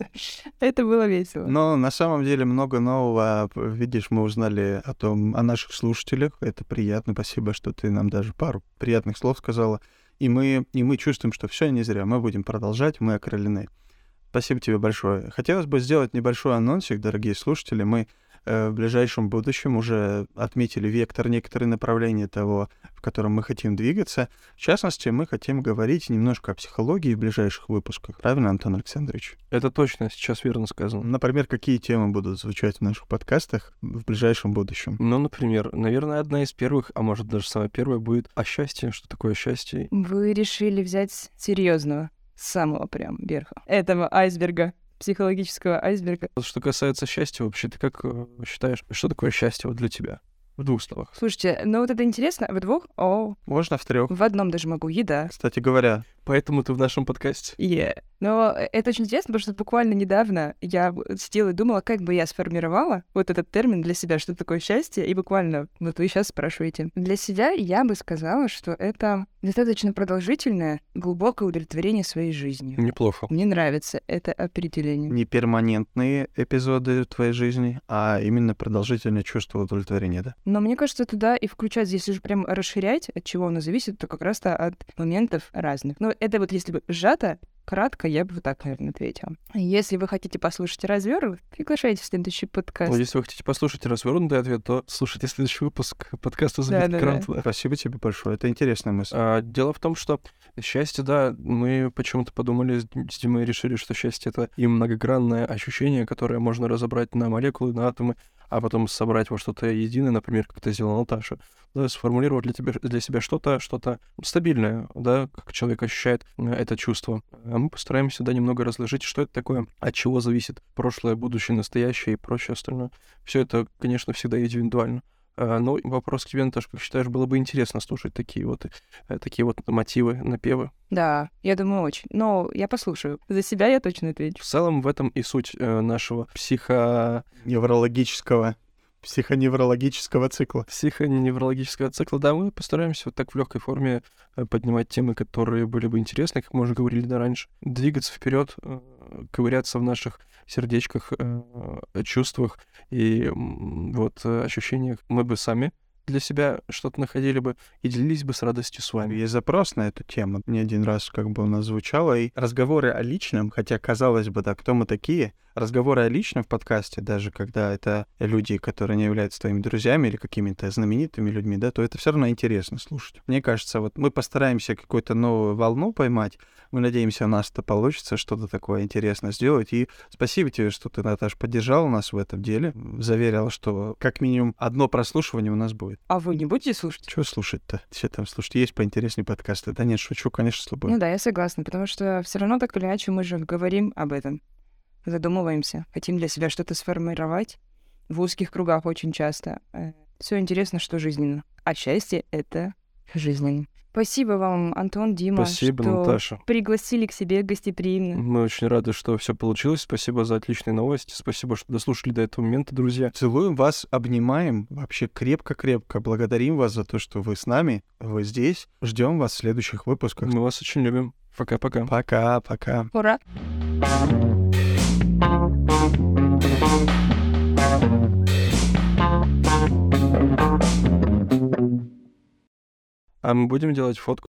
это было весело. Но на самом деле много нового. Видишь, мы узнали о том, о наших слушателях. Это приятно. Спасибо, что ты нам даже пару приятных слов сказала. И мы, и мы чувствуем, что все не зря. Мы будем продолжать, мы окрылены. Спасибо тебе большое. Хотелось бы сделать небольшой анонсик, дорогие слушатели. Мы э, в ближайшем будущем уже отметили вектор, некоторые направления того, в котором мы хотим двигаться. В частности, мы хотим говорить немножко о психологии в ближайших выпусках. Правильно, Антон Александрович? Это точно, сейчас верно сказано. Например, какие темы будут звучать в наших подкастах в ближайшем будущем? Ну, например, наверное, одна из первых, а может даже самая первая будет о счастье. Что такое счастье? Вы решили взять серьезного, с самого прям верха этого айсберга, психологического айсберга. Что касается счастья, вообще, ты как э, считаешь, что такое счастье вот для тебя? В двух словах. Слушайте, ну вот это интересно. В двух? О, Можно в трех. в одном даже могу. Еда. Кстати говоря, Поэтому ты в нашем подкасте. Yeah. Но это очень интересно, потому что буквально недавно я сидела и думала, как бы я сформировала вот этот термин для себя, что такое счастье, и буквально вот вы сейчас спрашиваете. Для себя я бы сказала, что это достаточно продолжительное, глубокое удовлетворение своей жизнью. Неплохо. Мне нравится это определение. не перманентные эпизоды твоей жизни, а именно продолжительное чувство удовлетворения, да? Но мне кажется, туда и включать, если же прям расширять, от чего оно зависит, то как раз-то от моментов разных. Но это вот если бы сжато, кратко, я бы вот так, наверное, ответила. Если вы хотите послушать развернут, приглашайте в следующий подкаст. Ну, если вы хотите послушать развернутый ответ, то слушайте следующий выпуск подкаста «Забит Да-да-да. грамотно». Спасибо тебе большое. Это интересная мысль. А, дело в том, что счастье, да, мы почему-то подумали с с Димой и решили, что счастье — это и многогранное ощущение, которое можно разобрать на молекулы, на атомы, а потом собрать во что-то единое, например, как это сделала Наташа, да, сформулировать для, тебя, для себя что-то, что-то стабильное, да, как человек ощущает э, это чувство. А мы постараемся, да, немного разложить, что это такое, от чего зависит прошлое, будущее, настоящее и прочее остальное. Все это, конечно, всегда индивидуально. А, но вопрос к тебе, Наташа, как считаешь, было бы интересно слушать такие вот, э, такие вот мотивы, напевы? Да, я думаю, очень. Но я послушаю. За себя я точно отвечу. В целом в этом и суть э, нашего психо... Неврологического, психоневрологического цикла. психоневрологического цикла. Да, мы постараемся вот так в легкой форме э, поднимать темы, которые были бы интересны, как мы уже говорили да, раньше. Двигаться вперед, э, ковыряться в наших сердечках, э, чувствах и м, вот э, ощущениях. Мы бы сами для себя что-то находили бы и делились бы с радостью с вами. Есть запрос на эту тему. Не один раз как бы у нас звучало. И разговоры о личном, хотя, казалось бы, да, кто мы такие, разговоры о личном в подкасте, даже когда это люди, которые не являются твоими друзьями или какими-то знаменитыми людьми, да, то это все равно интересно слушать. Мне кажется, вот мы постараемся какую-то новую волну поймать. Мы надеемся, у нас это получится, что-то такое интересное сделать. И спасибо тебе, что ты, Наташа, поддержала нас в этом деле. Заверила, что как минимум одно прослушивание у нас будет. А вы не будете слушать? Чего слушать-то? Все там слушать. Есть поинтереснее подкасты. Да нет, шучу, конечно, с тобой. Ну да, я согласна, потому что все равно так или иначе мы же говорим об этом, задумываемся, хотим для себя что-то сформировать. В узких кругах очень часто. Все интересно, что жизненно. А счастье — это жизненно. Спасибо вам, Антон, Дима, Спасибо, что Наташа. пригласили к себе гостеприимно. Мы очень рады, что все получилось. Спасибо за отличные новости. Спасибо, что дослушали до этого момента, друзья. Целуем вас, обнимаем вообще крепко-крепко. Благодарим вас за то, что вы с нами, вы здесь. Ждем вас в следующих выпусках. Мы вас очень любим. Пока-пока. Пока-пока. Ура! А мы будем делать фотку